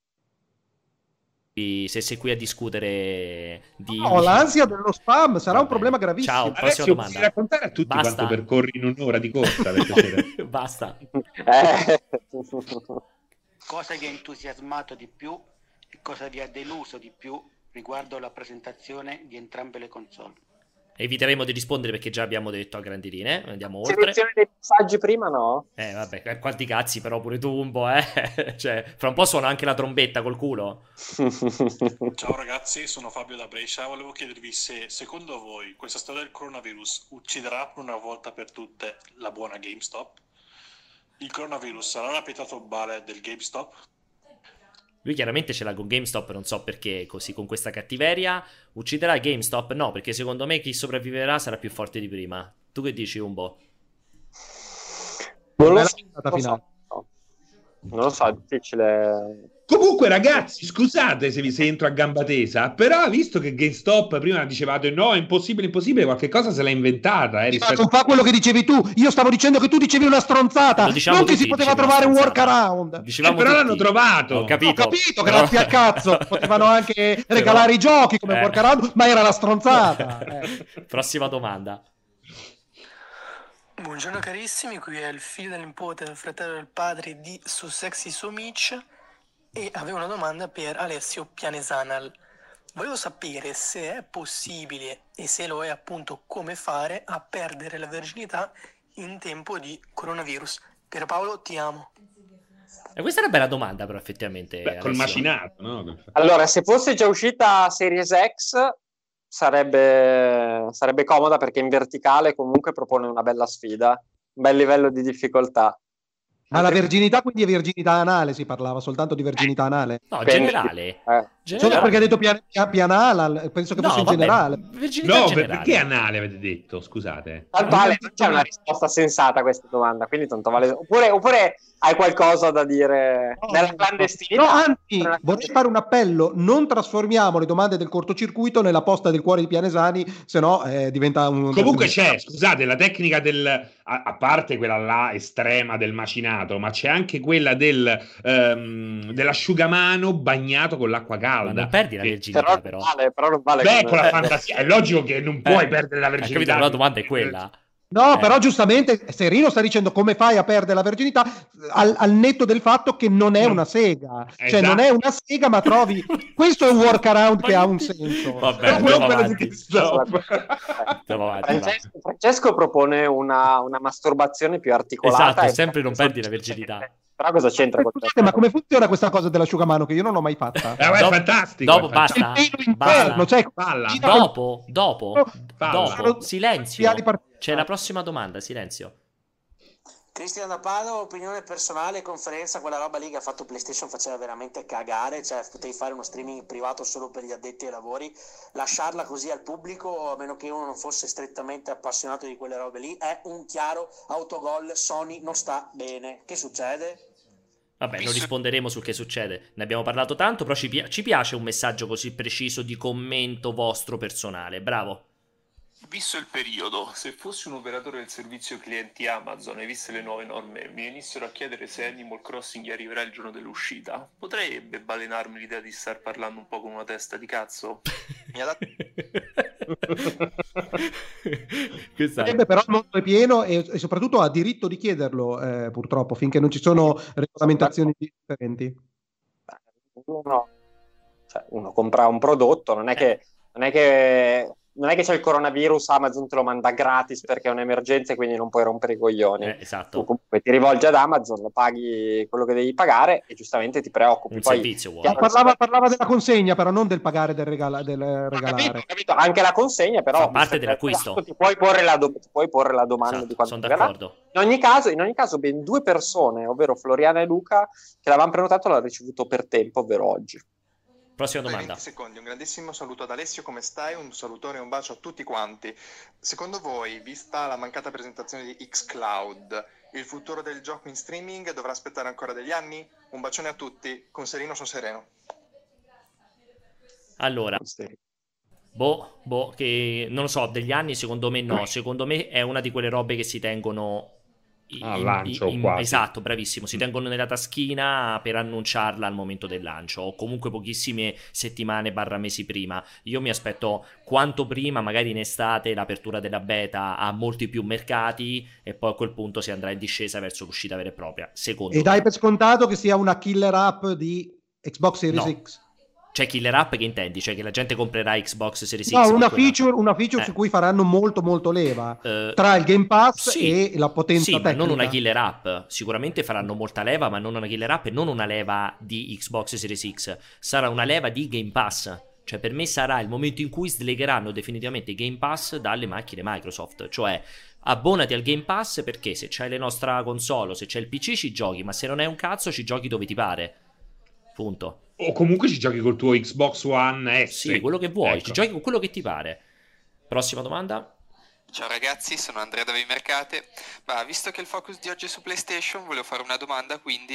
Se sei qui a discutere di... No, l'ansia dello spam sarà Va un problema bene. gravissimo. Ciao. Prossima Adesso domanda. puoi raccontare a tutti Basta. quanto percorri in un'ora di corsa, per piacere. Basta. Eh. Cosa vi ha entusiasmato di più e cosa vi ha deluso di più riguardo alla presentazione di entrambe le console? Eviteremo di rispondere perché già abbiamo detto a grandi linee. Andiamo oltre. Selezione dei messaggi prima, no? Eh, vabbè, eh, quanti cazzi però pure tu un po', eh. Cioè, fra un po' suona anche la trombetta col culo. Ciao ragazzi, sono Fabio da Brescia. Volevo chiedervi se secondo voi questa storia del coronavirus ucciderà per una volta per tutte la buona GameStop? Il coronavirus sarà la pietra tombale del GameStop? Lui chiaramente ce l'ha con GameStop, non so perché così con questa cattiveria. Ucciderà GameStop? No, perché secondo me chi sopravviverà sarà più forte di prima. Tu che dici, Umbo? Non lo Bella so, puntata lo so, finale. no. Non lo so, è difficile. Comunque, ragazzi, scusate se vi se entro a gamba tesa, però visto che GameStop prima dicevate no, è impossibile, impossibile, qualche cosa se l'ha inventata. Eh, Ma rispetto... non fa quello che dicevi tu. Io stavo dicendo che tu dicevi una stronzata, Lo diciamo non che tutti, si poteva dicevi trovare un una stronzata. workaround. Dicevamo Eh, però tutti. l'hanno trovato. Ho capito. Ho capito, Però- grazie al cazzo. Potevano anche Però- regalare i giochi come Eh. workaround, ma era la stronzata. Eh. Prossima domanda. Buongiorno carissimi, qui è il figlio del nipote del fratello del padre di Su Sexy Su Mitch e avevo una domanda per Alessio Pianesanal. Volevo sapere se è possibile e se lo è appunto come fare a perdere la verginità in tempo di coronavirus. Pierpaolo, ti amo. E questa è una bella domanda, però, effettivamente. Beh, col Alessio. macinato, no? Allora, se fosse già uscita Series X sarebbe, sarebbe comoda perché in verticale comunque propone una bella sfida, un bel livello di difficoltà. Ma la verginità quindi è verginità anale, si parlava soltanto di verginità anale? No, Dipende. generale. Eh. Solo Generale. perché ha detto pian- pian- pianala, penso che No, fosse in vabbè, generale. Verginità No, per- generale. perché anale avete detto? Scusate. Tanto Ale, non c'è una risposta sensata a questa domanda, quindi tanto vale. Oppure, oppure hai qualcosa da dire nella clandestinità? No, anzi, vorrei fare un appello: non trasformiamo le domande del cortocircuito nella posta del cuore di Pianesani, se no eh, diventa un. Comunque c'è, scusate, la tecnica del, a, a parte quella là estrema del macinato, ma c'è anche quella del ehm, dell'asciugamano bagnato con l'acqua Ma calda. non perdi la Che- verginità, Però, però. non vale, però non vale Beh, come- con la eh, fantasia, è logico che non puoi Eh, perdere la hai verginità. capito? La domanda è quella. No, Eh. però giustamente Serino sta dicendo come fai a perdere la verginità al, al netto del fatto che non è No. una sega, cioè Esatto. non è una sega, ma trovi questo è un workaround Ma che ha che un ti- senso. Vabbè, Però andiamo quello per avanti. il stop. Andiamo avanti, va. Francesco, Francesco propone una, una masturbazione più articolata. Esatto, e- sempre non perdi la verginità. Però cosa c'entra con Scusate, ma come funziona questa cosa dell'asciugamano che io non ho mai fatta? Eh, ma è Dopo- fantastico. dopo è fantastico. basta. Il pelo interno, Basta. cioè, Palla. Dopo, dopo, Falla. dopo, silenzio. Piani part- C'è la prossima domanda, silenzio. Cristian da Padova, opinione personale, conferenza, quella roba lì che ha fatto PlayStation faceva veramente cagare, cioè potevi fare uno streaming privato solo per gli addetti ai lavori, lasciarla così al pubblico, a meno che uno non fosse strettamente appassionato di quelle robe lì, è un chiaro autogol, Sony non sta bene. Che succede? Vabbè, non risponderemo sul che succede, ne abbiamo parlato tanto, però ci, pi- ci piace un messaggio così preciso di commento vostro personale, bravo. Visto il periodo, se fossi un operatore del servizio clienti Amazon e viste le nuove norme mi venissero a chiedere se Animal Crossing arriverà il giorno dell'uscita, potrebbe balenarmi l'idea di star parlando un po' con una testa di cazzo? Mi ha dato... Questa è... Sarebbe però il mondo è pieno e, e soprattutto ha diritto di chiederlo, eh, purtroppo, finché non ci sono regolamentazioni differenti. Uno, cioè, uno compra un prodotto, non è che non è che non è che c'è il coronavirus, Amazon te lo manda gratis perché è un'emergenza e quindi non puoi rompere i coglioni. Eh, Tu esatto, comunque ti rivolgi ad Amazon, paghi quello che devi pagare e giustamente ti preoccupi. un Poi, servizio vuoi. chiaro, Parlava, parlava della consegna, però non del pagare del, regala, del Ho regalare. capito, ho capito, anche la consegna, però Fa parte visto che dell'acquisto. ti puoi porre la, do- ti puoi porre la domanda Esatto, di quanto sono regalare. d'accordo. In ogni caso, in ogni caso, ben due persone, ovvero Floriana e Luca, che l'avevano prenotato, l'hanno ricevuto per tempo, ovvero oggi. Prossima domanda. venti secondi, un grandissimo saluto ad Alessio, come stai? Un salutone e un bacio a tutti quanti. Secondo voi, vista la mancata presentazione di xCloud, il futuro del gioco in streaming dovrà aspettare ancora degli anni? Un bacione a tutti, con Serino sono sereno. Allora, boh, boh, che non lo so, degli anni secondo me no, secondo me è una di quelle robe che si tengono in- Al in- lancio, in- quasi. esatto, bravissimo, si tengono nella taschina per annunciarla al momento del lancio o comunque pochissime settimane barra mesi prima. Io mi aspetto quanto prima, magari in estate, l'apertura della beta a molti più mercati e poi a quel punto si andrà in discesa verso l'uscita vera e propria, secondo E me. dai per scontato che sia una killer app di Xbox Series No. X. Cioè killer app che intendi? Cioè che la gente comprerà Xbox Series X? No, con una quella- feature, una feature Eh. su cui faranno molto molto leva Eh, tra il Game Pass sì, e la potenza sì, ma tecnica. non una killer app. Sicuramente faranno molta leva, ma non una killer app e non una leva di Xbox Series X. Sarà una leva di Game Pass. Cioè per me sarà il momento in cui slegheranno definitivamente Game Pass dalle macchine Microsoft. Cioè abbonati al Game Pass perché se c'hai la nostra console o se c'è il P C ci giochi, ma se non è un cazzo ci giochi dove ti pare. Punto. O comunque ci giochi col tuo Xbox One S. Sì, quello che vuoi, Ecco. ci giochi con quello che ti pare. Prossima domanda. Ciao ragazzi, sono Andrea da Vimercate. Ma visto che il focus di oggi è su PlayStation, volevo fare una domanda, quindi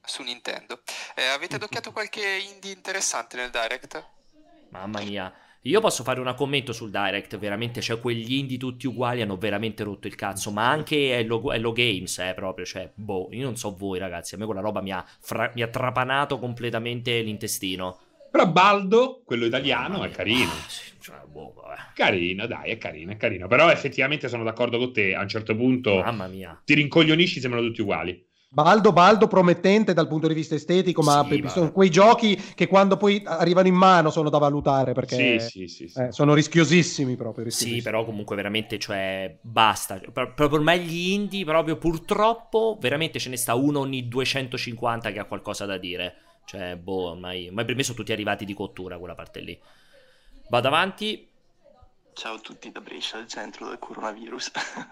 su Nintendo. Eh, avete adocchiato qualche indie interessante nel Direct? Mamma mia. Io posso fare un commento sul Direct, veramente, cioè quegli indie tutti uguali hanno veramente rotto il cazzo, ma anche Hello, Hello Games, eh, proprio, cioè, boh, io non so voi ragazzi, a me quella roba mi ha, fra- mi ha trapanato completamente l'intestino. Però Baldo, quello italiano, è carino. Ah, sì, cioè, boh, vabbè. Carino, dai, è carino, è carino. Però effettivamente sono d'accordo con te, a un certo punto Mamma mia. ti rincoglionisci, sembrano tutti uguali. Baldo, Baldo promettente dal punto di vista estetico, ma Sì, pe- ma- sono quei giochi che quando poi arrivano in mano sono da valutare, perché Sì, sì, sì, sì. eh, sono rischiosissimi proprio. rischiosissimi. Sì, però comunque veramente, cioè, basta. Pro- proprio per me gli indie, proprio purtroppo, veramente ce ne sta uno ogni duecentocinquanta che ha qualcosa da dire. Cioè, boh, ormai, ormai per me sono tutti arrivati di cottura quella parte lì. Vado avanti. Ciao a tutti da Brescia, il centro del coronavirus.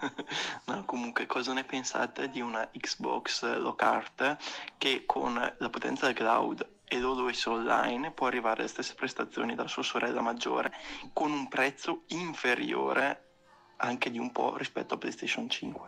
No, comunque, cosa ne pensate di una Xbox Lockhart che con la potenza del cloud e l'O S online può arrivare alle stesse prestazioni della sua sorella maggiore con un prezzo inferiore anche di un po' rispetto a PlayStation cinque?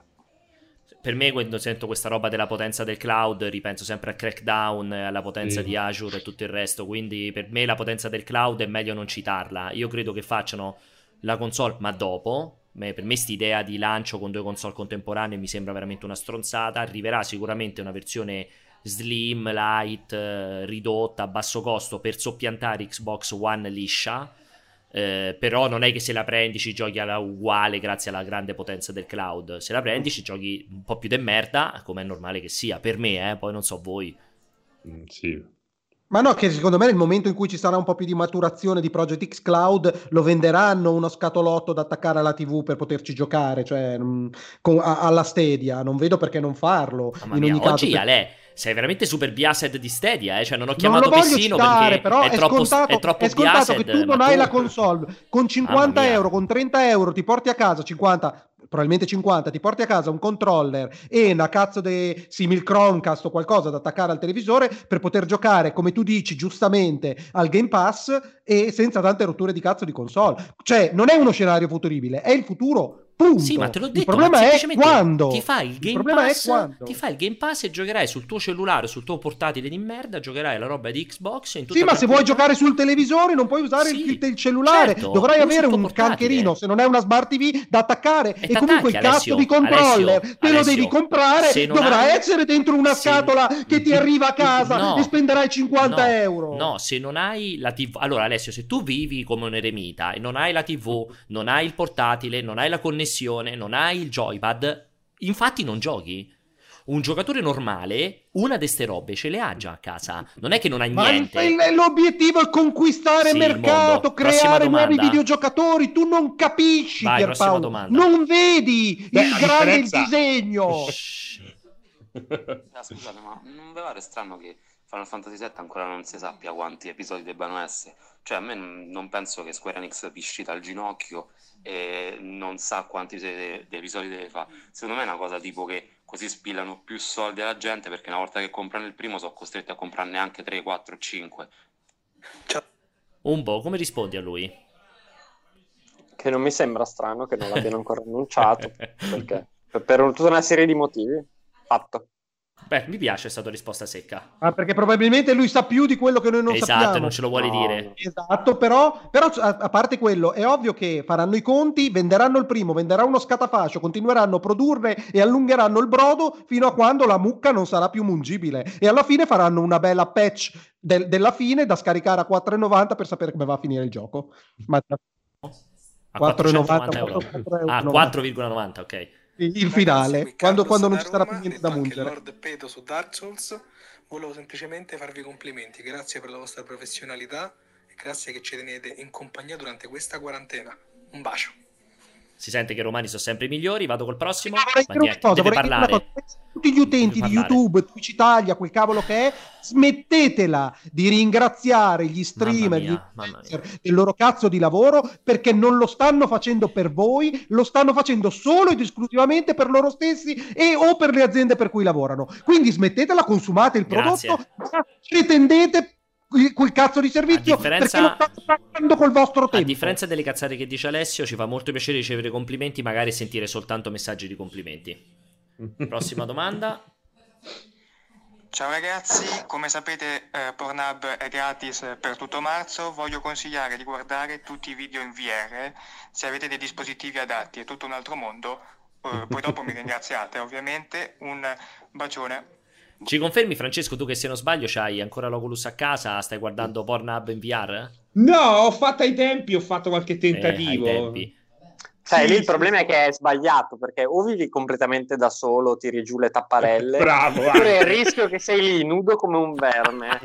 Per me, quando sento questa roba della potenza del cloud, ripenso sempre a Crackdown, alla potenza Sì. di Azure e tutto il resto. Quindi, per me, la potenza del cloud è meglio non citarla. Io credo che facciano la console, ma dopo. Me- Per me, st'idea di lancio con due console contemporanee mi sembra veramente una stronzata. Arriverà sicuramente una versione slim, light, eh, ridotta, a basso costo per soppiantare Xbox One liscia. Eh, però non è che se la prendi ci giochi alla uguale grazie alla grande potenza del cloud. Se la prendi ci giochi un po' più de merda, come è normale che sia. Per me, eh, poi non so voi. Mm, sì. Ma no, che secondo me nel momento in cui ci sarà un po' più di maturazione di Project X Cloud lo venderanno uno scatolotto da attaccare alla tivù per poterci giocare, cioè mh, con- a- alla Stadia. Non vedo perché non farlo. Mamma in mia, ogni caso, oggi per- Ale, sei veramente super biased di Stadia, eh? Cioè non ho Non chiamato lo voglio Pessino citare, perché però è, è, troppo, scontato, è troppo è scontato biased, che tu non ma hai tu- la console con cinquanta mia. euro, con trenta euro ti porti a casa cinquanta, probabilmente cinquanta, ti porti a casa un controller e una cazzo di simil Chromecast o qualcosa da attaccare al televisore per poter giocare, come tu dici giustamente, al Game Pass e senza tante rotture di cazzo di console. Cioè non è uno scenario futuribile, è il futuro. Punto. Sì, ma te l'ho detto, il problema ma è semplicemente quando. ti fai il Il Game problema è Pass, quando. ti fai il Game Pass e giocherai sul tuo cellulare, sul tuo portatile di merda, giocherai la roba di Xbox in tutta Sì, ma se vuoi tranquillità. giocare sul televisore non puoi usare Sì, il, il cellulare, certo, dovrai usi avere il tuo un portatile. cancherino, se non è una Smart T V da attaccare E e comunque il t'attacchi, cazzo Alessio, di controller Alessio, te lo Alessio, devi comprare, se non dovrà hai- essere dentro una se- scatola che ti arriva a casa No. e spenderai cinquanta No, euro. No, se non hai la tivù. Allora, Alessio, se tu vivi come un eremita e non hai la tivù, non hai il portatile, non hai la connessione, non hai il joypad, infatti non giochi. Un giocatore normale, una di ste robe ce le ha già a casa. Non è che non ha Ma niente. il- l'obiettivo è conquistare Sì, il mercato, mondo. Prossima creare nuovi domanda. videogiocatori. Tu non capisci, Vai, prossima Pierpaolo. domanda. Non vedi Beh, il la grande differenza- disegno. Ah, scusate, ma non vi pare strano che Final Fantasy sette ancora non si sappia quanti episodi debbano essere? Cioè, a me non non penso che Square Enix piscita al ginocchio e non sa quanti se- dei episodi deve fare. Secondo me è una cosa tipo che così spillano più soldi alla gente, perché una volta che comprano il primo sono costretti a comprarne anche tre, quattro, cinque. Umbo, come rispondi a lui? Che non mi sembra strano che non l'abbiano ancora annunciato, perché per, per un- tutta una serie di motivi. Fatto. Beh, mi piace, è stata risposta secca. Ah, perché probabilmente lui sa più di quello che noi non Esatto, sappiamo. non ce lo vuole No, dire. no. Esatto, però, però a, a parte quello, è ovvio che faranno i conti, venderanno il primo, venderà uno scatafascio, continueranno a produrre e allungheranno il brodo fino a quando la mucca non sarà più mungibile. E alla fine faranno una bella patch del- della fine da scaricare a quattro e novanta per sapere come va a finire il gioco. Ma A quattro e novanta quattrocentonovanta euro. quattro e Ah, novanta. quattro virgola novanta, ok. Il finale, qui quando, Carlos quando non da ci sarà più Roma, niente da detto anche mungere. Lord Peto su Dark Souls, volevo semplicemente farvi complimenti, grazie per la vostra professionalità e grazie che ci tenete in compagnia durante questa quarantena. Un bacio. Si sente che i romani sono sempre i migliori. Vado col prossimo. Vorrei Ma dire una niente, cosa, deve vorrei dire una parlare. cosa. Tutti gli utenti Deve di parlare. YouTube, Twitch Italia, quel cavolo che è, smettetela di ringraziare gli streamer, gli mia, mamma influencer del loro cazzo di lavoro, perché non lo stanno facendo per voi, lo stanno facendo solo ed esclusivamente per loro stessi e o per le aziende per cui lavorano. Quindi smettetela, consumate il Grazie. prodotto, pretendete quel quel cazzo di servizio differenza- perché lo state pagando col vostro A tempo. differenza delle cazzate che dice Alessio, ci fa molto piacere ricevere complimenti, magari sentire soltanto messaggi di complimenti. Prossima domanda. Ciao ragazzi, come sapete eh, Pornhub è gratis per tutto marzo, voglio consigliare di guardare tutti i video in V R se avete dei dispositivi adatti, è tutto un altro mondo, eh, poi dopo mi ringraziate ovviamente, un bacione. Ci confermi, Francesco, tu che se non sbaglio c'hai ancora l'Oculus a casa, stai guardando Pornhub in V R? No, ho fatto ai tempi, ho fatto qualche tentativo. Eh, ai tempi. Sai, Sì, lì il sì, problema sì. è che è sbagliato, perché o vivi completamente da solo, tiri giù le tapparelle, Bravo, oppure anche. il rischio che sei lì nudo come un verme,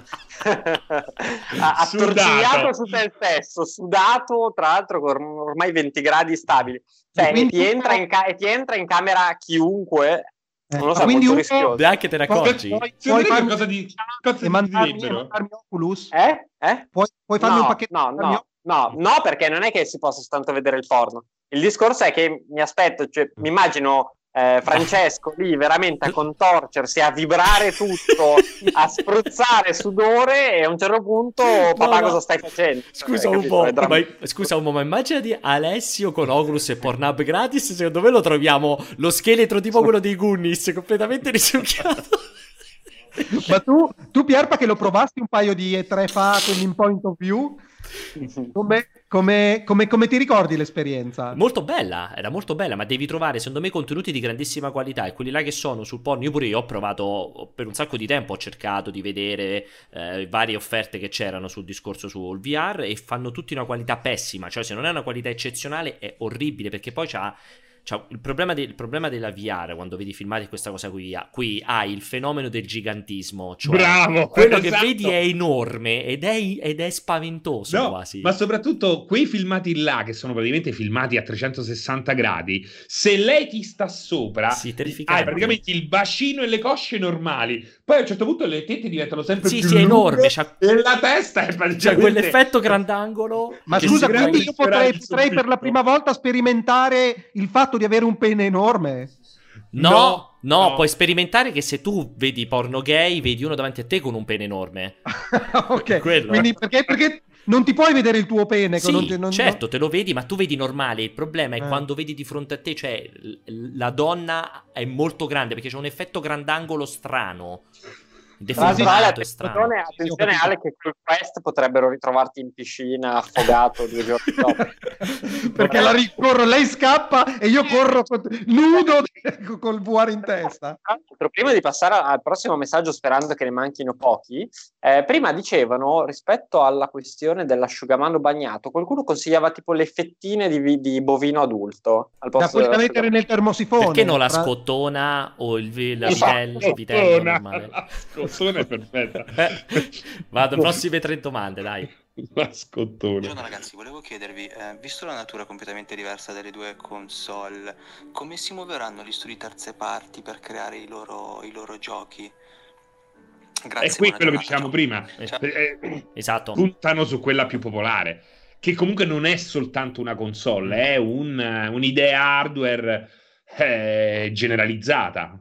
A- attorcigliato su te stesso, sudato, tra l'altro con ormai venti gradi stabili. Cioè, e ti entra in, ca- e ti entra in camera chiunque, non lo so, quindi molto uno- rischioso. Beh, anche te ne accorgi? Puoi, Secondo puoi me farmi, cosa di, cosa e mandarmi, direbbero? mandarmi Oculus? Eh? Eh? Puoi, puoi farmi no, un pacchetto? no, mandarmi no, no, no, perché non è che si possa soltanto vedere il porno. Il discorso è che mi aspetto, cioè, mi immagino eh, Francesco lì veramente a contorcersi, a vibrare tutto, a spruzzare sudore e a un certo punto, papà, no. cosa stai facendo? Scusa Eh, un capito? po', È dramm- ma, scusa un po', ma immaginati Alessio con Oculus e Pornhub gratis, secondo me lo troviamo lo scheletro tipo quello dei Goonies, completamente risucchiato. Ma tu, tu Pierpa, che lo provasti un paio di E tre fa con in point of view, come, come, come, come ti ricordi l'esperienza? Molto bella, era molto bella, ma devi trovare secondo me contenuti di grandissima qualità, e quelli là che sono sul porno, io pure io ho provato per un sacco di tempo, ho cercato di vedere eh, varie offerte che c'erano sul discorso sul V R e fanno tutti una qualità pessima, cioè se non è una qualità eccezionale è orribile, perché poi c'ha... Cioè, il, problema de- il problema della V R quando vedi filmati questa cosa qui, ha, qui hai il fenomeno del gigantismo, cioè Bravo, quello esatto. che vedi è enorme ed è, ed è spaventoso No, quasi. ma soprattutto quei filmati là che sono praticamente filmati a trecentosessanta gradi, se lei ti sta sopra, Sì, terrificante. hai praticamente il bacino e le cosce normali, poi a un certo punto le tette diventano sempre Sì, più sì, è lunghe enorme, c'ha- e la testa è praticamente... C'è quell'effetto grandangolo. Ma che scusa, si- quindi io potrei, disperati potrei per la subito. prima volta sperimentare il fatto di avere un pene enorme? No, No, no, no. puoi sperimentare che se tu vedi porno gay, vedi uno davanti a te con un pene enorme. Ok, Quello. quindi perché, perché non ti puoi vedere il tuo pene? Sì, non ti- non- certo, te lo vedi, ma tu vedi normale. Il problema è Eh. quando vedi di fronte a te, cioè l- la donna è molto grande perché c'è un effetto grandangolo strano. Tra l'altro, Ale, Deformato e strano. attenzione, attenzione Ale, che col Quest potrebbero ritrovarti in piscina affogato due giorni dopo. Perché la ricorro, lei scappa e io corro con- nudo col V R in testa. Tra l'altro, prima di passare al prossimo messaggio, sperando che ne manchino pochi, eh, prima dicevano, rispetto alla questione dell'asciugamano bagnato, qualcuno consigliava tipo le fettine di, vi- di bovino adulto al Da posto quelli da mettere dell'asciugamano. nel termosifone. Perché non la Tra- scottona o il, vi- la Esatto, vitello, vitello normale? La scottona è perfetta. Eh, Vado, prossime tre domande, dai. La scottona. Buongiorno ragazzi, volevo chiedervi, eh, visto la natura completamente diversa delle due console, come si muoveranno gli studi terze parti per creare i loro, i loro giochi? Grazie. È qui buona quello che giornata, dicevamo ciao. prima. Eh, Esatto. puntano su quella più popolare, che comunque non è soltanto una console, è un, un'idea hardware eh, generalizzata.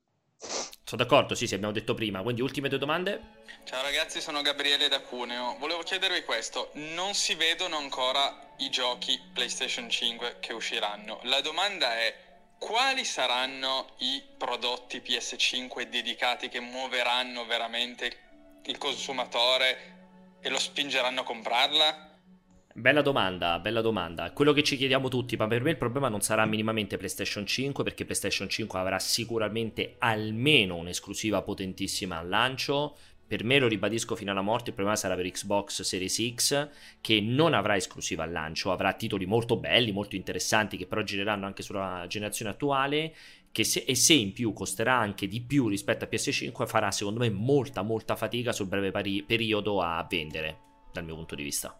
Sono d'accordo, sì, sì, abbiamo detto prima. Quindi ultime due domande. Ciao ragazzi, sono Gabriele da Cuneo. Volevo chiedervi questo: non si vedono ancora i giochi PlayStation cinque che usciranno. La domanda è: quali saranno i prodotti P S cinque dedicati che muoveranno veramente il consumatore e lo spingeranno a comprarla? Bella domanda, bella domanda. Quello che ci chiediamo tutti, ma per me il problema non sarà minimamente PlayStation cinque, perché PlayStation cinque avrà sicuramente almeno un'esclusiva potentissima al lancio. Per me, lo ribadisco fino alla morte, il problema sarà per Xbox Series X, che non avrà esclusiva al lancio, avrà titoli molto belli, molto interessanti, che però gireranno anche sulla generazione attuale, che se, e se in più costerà anche di più rispetto a P S cinque, farà secondo me molta molta fatica sul breve pari- periodo a vendere, dal mio punto di vista.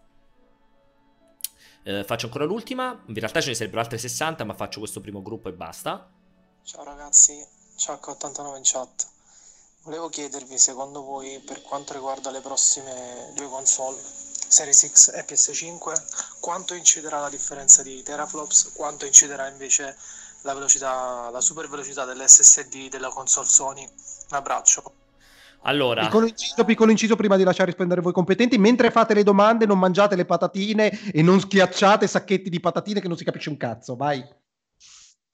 Eh, faccio ancora l'ultima, in realtà ce ne sarebbero altre sessanta, ma faccio questo primo gruppo e basta. Ciao ragazzi, Chuck ottantanove in chat. Volevo chiedervi, secondo voi, per quanto riguarda le prossime due console, Series X e P S cinque, quanto inciderà la differenza di teraflops, quanto inciderà invece la velocità, la super velocità dell'S S D della console Sony? Un abbraccio. Allora, Piccolo inciso, piccolo inciso prima di lasciare rispondere voi competenti: mentre fate le domande non mangiate le patatine e non schiacciate sacchetti di patatine che non si capisce un cazzo, vai.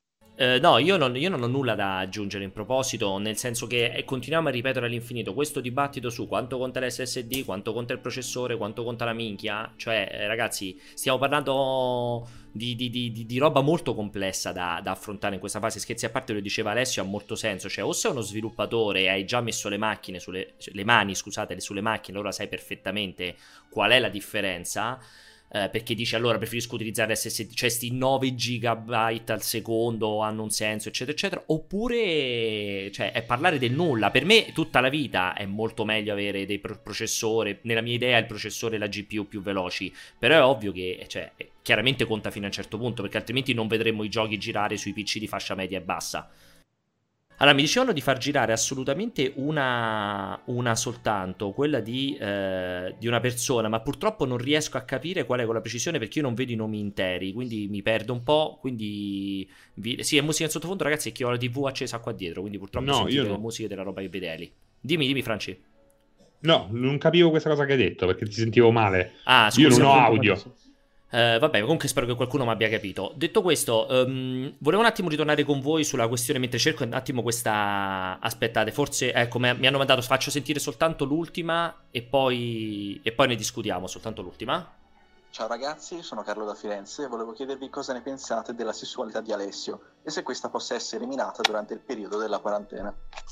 Eh, no, io non, io non ho nulla da aggiungere in proposito, nel senso che eh, continuiamo a ripetere all'infinito questo dibattito su quanto conta l'S S D, quanto conta il processore, quanto conta la minchia. Cioè, eh, ragazzi, stiamo parlando di, di, di, di roba molto complessa da, da affrontare in questa fase. Scherzi a parte, lo diceva Alessio, ha molto senso. Cioè, o sei uno sviluppatore e hai già messo le macchine sulle le mani, scusate, sulle macchine, allora sai perfettamente qual è la differenza. Eh, perché dici allora preferisco utilizzare S S D, cioè sti nove gigabyte al secondo hanno un senso, eccetera eccetera, oppure cioè è parlare del nulla. Per me tutta la vita è molto meglio avere dei pro- processori, nella mia idea il processore e la G P U più veloci, però è ovvio che cioè, chiaramente conta fino a un certo punto, perché altrimenti non vedremo i giochi girare sui P C di fascia media e bassa. Allora, mi dicevano di far girare assolutamente una, una soltanto, quella di, eh, di una persona, ma purtroppo non riesco a capire qual è con la precisione, perché io non vedo i nomi interi, quindi mi perdo un po', quindi... Vi... Sì, è musica in sottofondo, ragazzi, è che ho la tivù accesa qua dietro, quindi purtroppo No, sentite io le no. musiche della roba che vedi. Dimmi, dimmi, Franci. No, non capivo questa cosa che hai detto, perché ti sentivo male. Ah, Io scusa, non ho non audio. Uh, vabbè, comunque spero che qualcuno mi abbia capito. Detto questo, um, volevo un attimo ritornare con voi sulla questione, mentre cerco un attimo questa... Aspettate, forse, ecco, mi hanno mandato, faccio sentire soltanto l'ultima e poi, e poi ne discutiamo, soltanto l'ultima. Ciao ragazzi, sono Carlo da Firenze e volevo chiedervi cosa ne pensate della sessualità di Alessio e se questa possa essere minata durante il periodo della quarantena.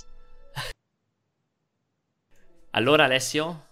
Allora, Alessio?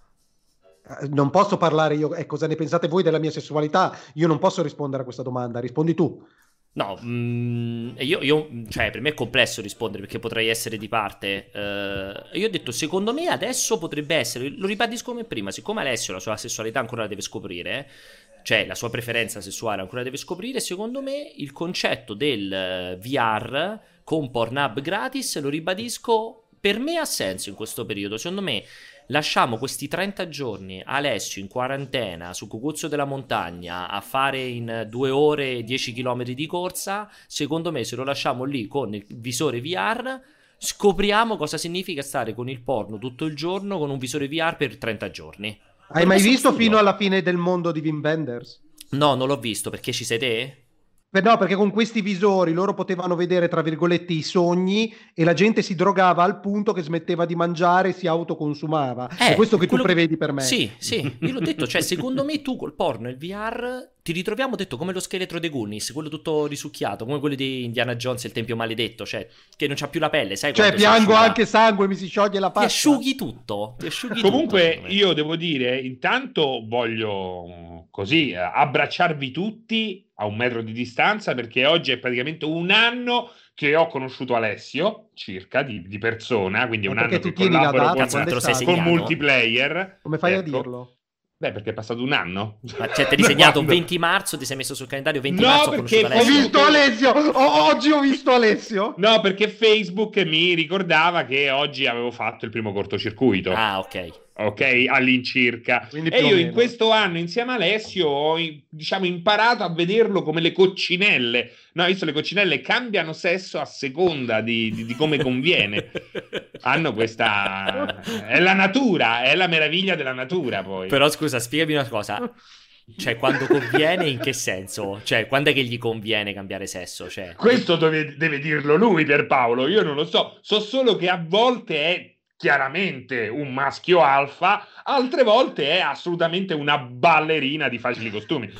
Non posso parlare io, eh, cosa ne pensate voi della mia sessualità? Io non posso rispondere a questa domanda, rispondi tu. No, mm, io, io, cioè, per me è complesso rispondere perché potrei essere di parte. Uh, io ho detto, secondo me adesso potrebbe essere, lo ribadisco come prima, siccome Alessio la sua sessualità ancora la deve scoprire, cioè la sua preferenza sessuale ancora la deve scoprire, secondo me il concetto del V R con Pornhub gratis, lo ribadisco, per me ha senso in questo periodo. Secondo me lasciamo questi trenta giorni Alessio in quarantena su Cucuzzo della Montagna a fare in due ore dieci chilometri di corsa. Secondo me se lo lasciamo lì con il visore V R scopriamo cosa significa stare con il porno tutto il giorno con un visore V R per trenta giorni. Hai mai visto Fino alla fine del mondo di Wim Wenders? No, non l'ho visto. Perché ci sei te? Beh, no, perché con questi visori loro potevano vedere, tra virgolette, i sogni e la gente si drogava al punto che smetteva di mangiare e si autoconsumava. Eh, è questo che tu quello prevedi per me. Sì, sì, io l'ho detto, cioè secondo me tu col porno e il V R ti ritroviamo, detto, come lo scheletro dei Goonies, quello tutto risucchiato, come quello di Indiana Jones e il Tempio Maledetto, cioè che non c'ha più la pelle, sai? Cioè piango anche sangue, mi si scioglie la Ti pasta. asciughi tutto, ti asciughi Comunque tutto, io devo dire, intanto voglio così eh, abbracciarvi tutti a un metro di distanza, perché oggi è praticamente un anno che ho conosciuto Alessio, circa, di, di persona, quindi è un Ma anno perché che tu tieni la collaboro data, con, quando è stato? con multiplayer. Come fai ecco. a dirlo? Beh, perché è passato un anno. Ma cioè, ti hai disegnato venti marzo, ti sei messo sul calendario venti No, marzo, ho perché conosciuto Ho Alessio. visto Alessio! O- oggi ho visto Alessio! No, perché Facebook mi ricordava che oggi avevo fatto il primo cortocircuito. Ah, ok. Ok, all'incirca. Quindi E più o io in meno. questo anno, insieme a Alessio, ho diciamo imparato a vederlo come le coccinelle. No, visto le coccinelle cambiano sesso a seconda di, di, di come conviene. Hanno questa... È la natura, è la meraviglia della natura, poi. Però scusa, spiegami una cosa. Cioè, quando conviene, in che senso? Cioè, quando è che gli conviene cambiare sesso? Cioè... Questo deve, deve dirlo lui, Pierpaolo, io non lo so. So solo che a volte è chiaramente un maschio alfa, altre volte è assolutamente una ballerina di facili costumi.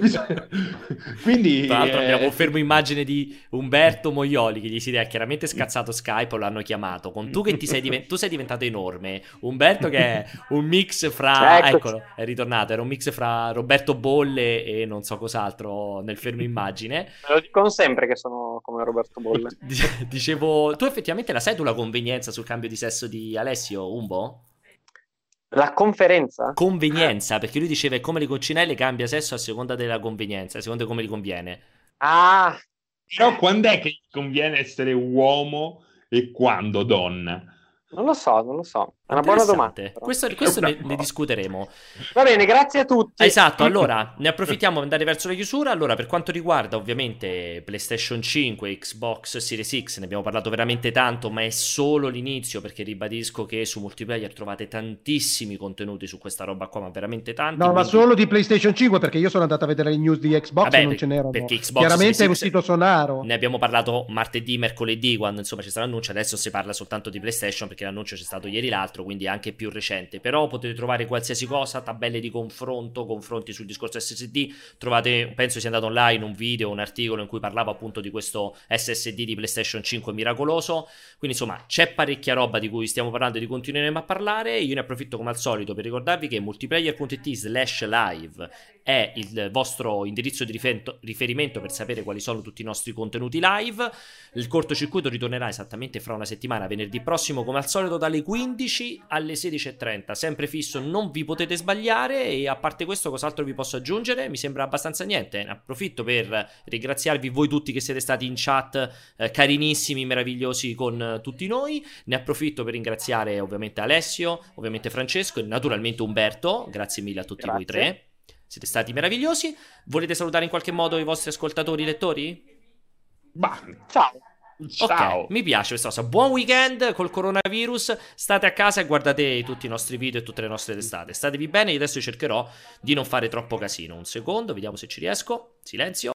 Quindi tra l'altro eh... abbiamo fermo immagine di Umberto Moioli che gli si è chiaramente scazzato Skype o l'hanno chiamato. Con tu che ti sei, diven- tu sei diventato enorme, Umberto che è un mix fra Eccoci. eccolo, è ritornato, era un mix fra Roberto Bolle e non so cos'altro nel fermo immagine. Me lo dicono sempre che sono come Roberto Bolle. Dicevo, tu effettivamente la sai tu la convenienza sul cambio di sesso di Alessio, Umbo? La conferenza? Convenienza, perché lui diceva che come le coccinelle cambia sesso a seconda della convenienza, a seconda di come gli conviene. Ah, Però quando è che gli conviene essere uomo e quando donna? non lo so, non lo so. È una buona domanda. Interessante. Questo, questo ne, ne discuteremo. Va bene, grazie a tutti. Esatto, allora ne approfittiamo per andare verso la chiusura. Allora, per quanto riguarda ovviamente PlayStation cinque, Xbox Series X, ne abbiamo parlato veramente tanto, ma è solo l'inizio, perché ribadisco che su multiplayer trovate tantissimi contenuti su questa roba qua, ma veramente tanti. No, ma quindi... solo di PlayStation cinque, perché io sono andato a vedere le news di Xbox Vabbè, e non ce n'erano. perché Xbox Chiaramente Series è X uscito Sonaro. ne abbiamo parlato martedì, mercoledì, quando insomma c'è stato l'annuncio. Adesso si parla soltanto di PlayStation, perché l'annuncio c'è stato ieri l'altro, quindi è anche più recente. Però potete trovare qualsiasi cosa, tabelle di confronto, confronti sul discorso S S D. Trovate, penso sia andato online un video, un articolo in cui parlavo appunto di questo S S D di PlayStation cinque miracoloso. Quindi insomma c'è parecchia roba di cui stiamo parlando e di continueremo a parlare. Io ne approfitto come al solito per ricordarvi che multiplayer.it slash live è il vostro indirizzo di riferimento per sapere quali sono tutti i nostri contenuti live. Il cortocircuito ritornerà esattamente fra una settimana, venerdì prossimo, come al solito dalle quindici alle sedici e trenta, sempre fisso, non vi potete sbagliare. E a parte questo, cos'altro vi posso aggiungere? Mi sembra abbastanza niente. Ne approfitto per ringraziarvi voi tutti che siete stati in chat, eh, carinissimi, meravigliosi con eh, tutti noi. Ne approfitto per ringraziare ovviamente Alessio, ovviamente Francesco e naturalmente Umberto. Grazie mille a tutti Grazie. voi tre. Siete stati meravigliosi. Volete salutare in qualche modo i vostri ascoltatori lettori? Bah, ciao. Ciao. Ok, mi piace questa cosa. Buon weekend col coronavirus. State a casa e guardate tutti i nostri video e tutte le nostre testate. Statevi bene. Io adesso cercherò di non fare troppo casino. Un secondo, vediamo se ci riesco. Silenzio.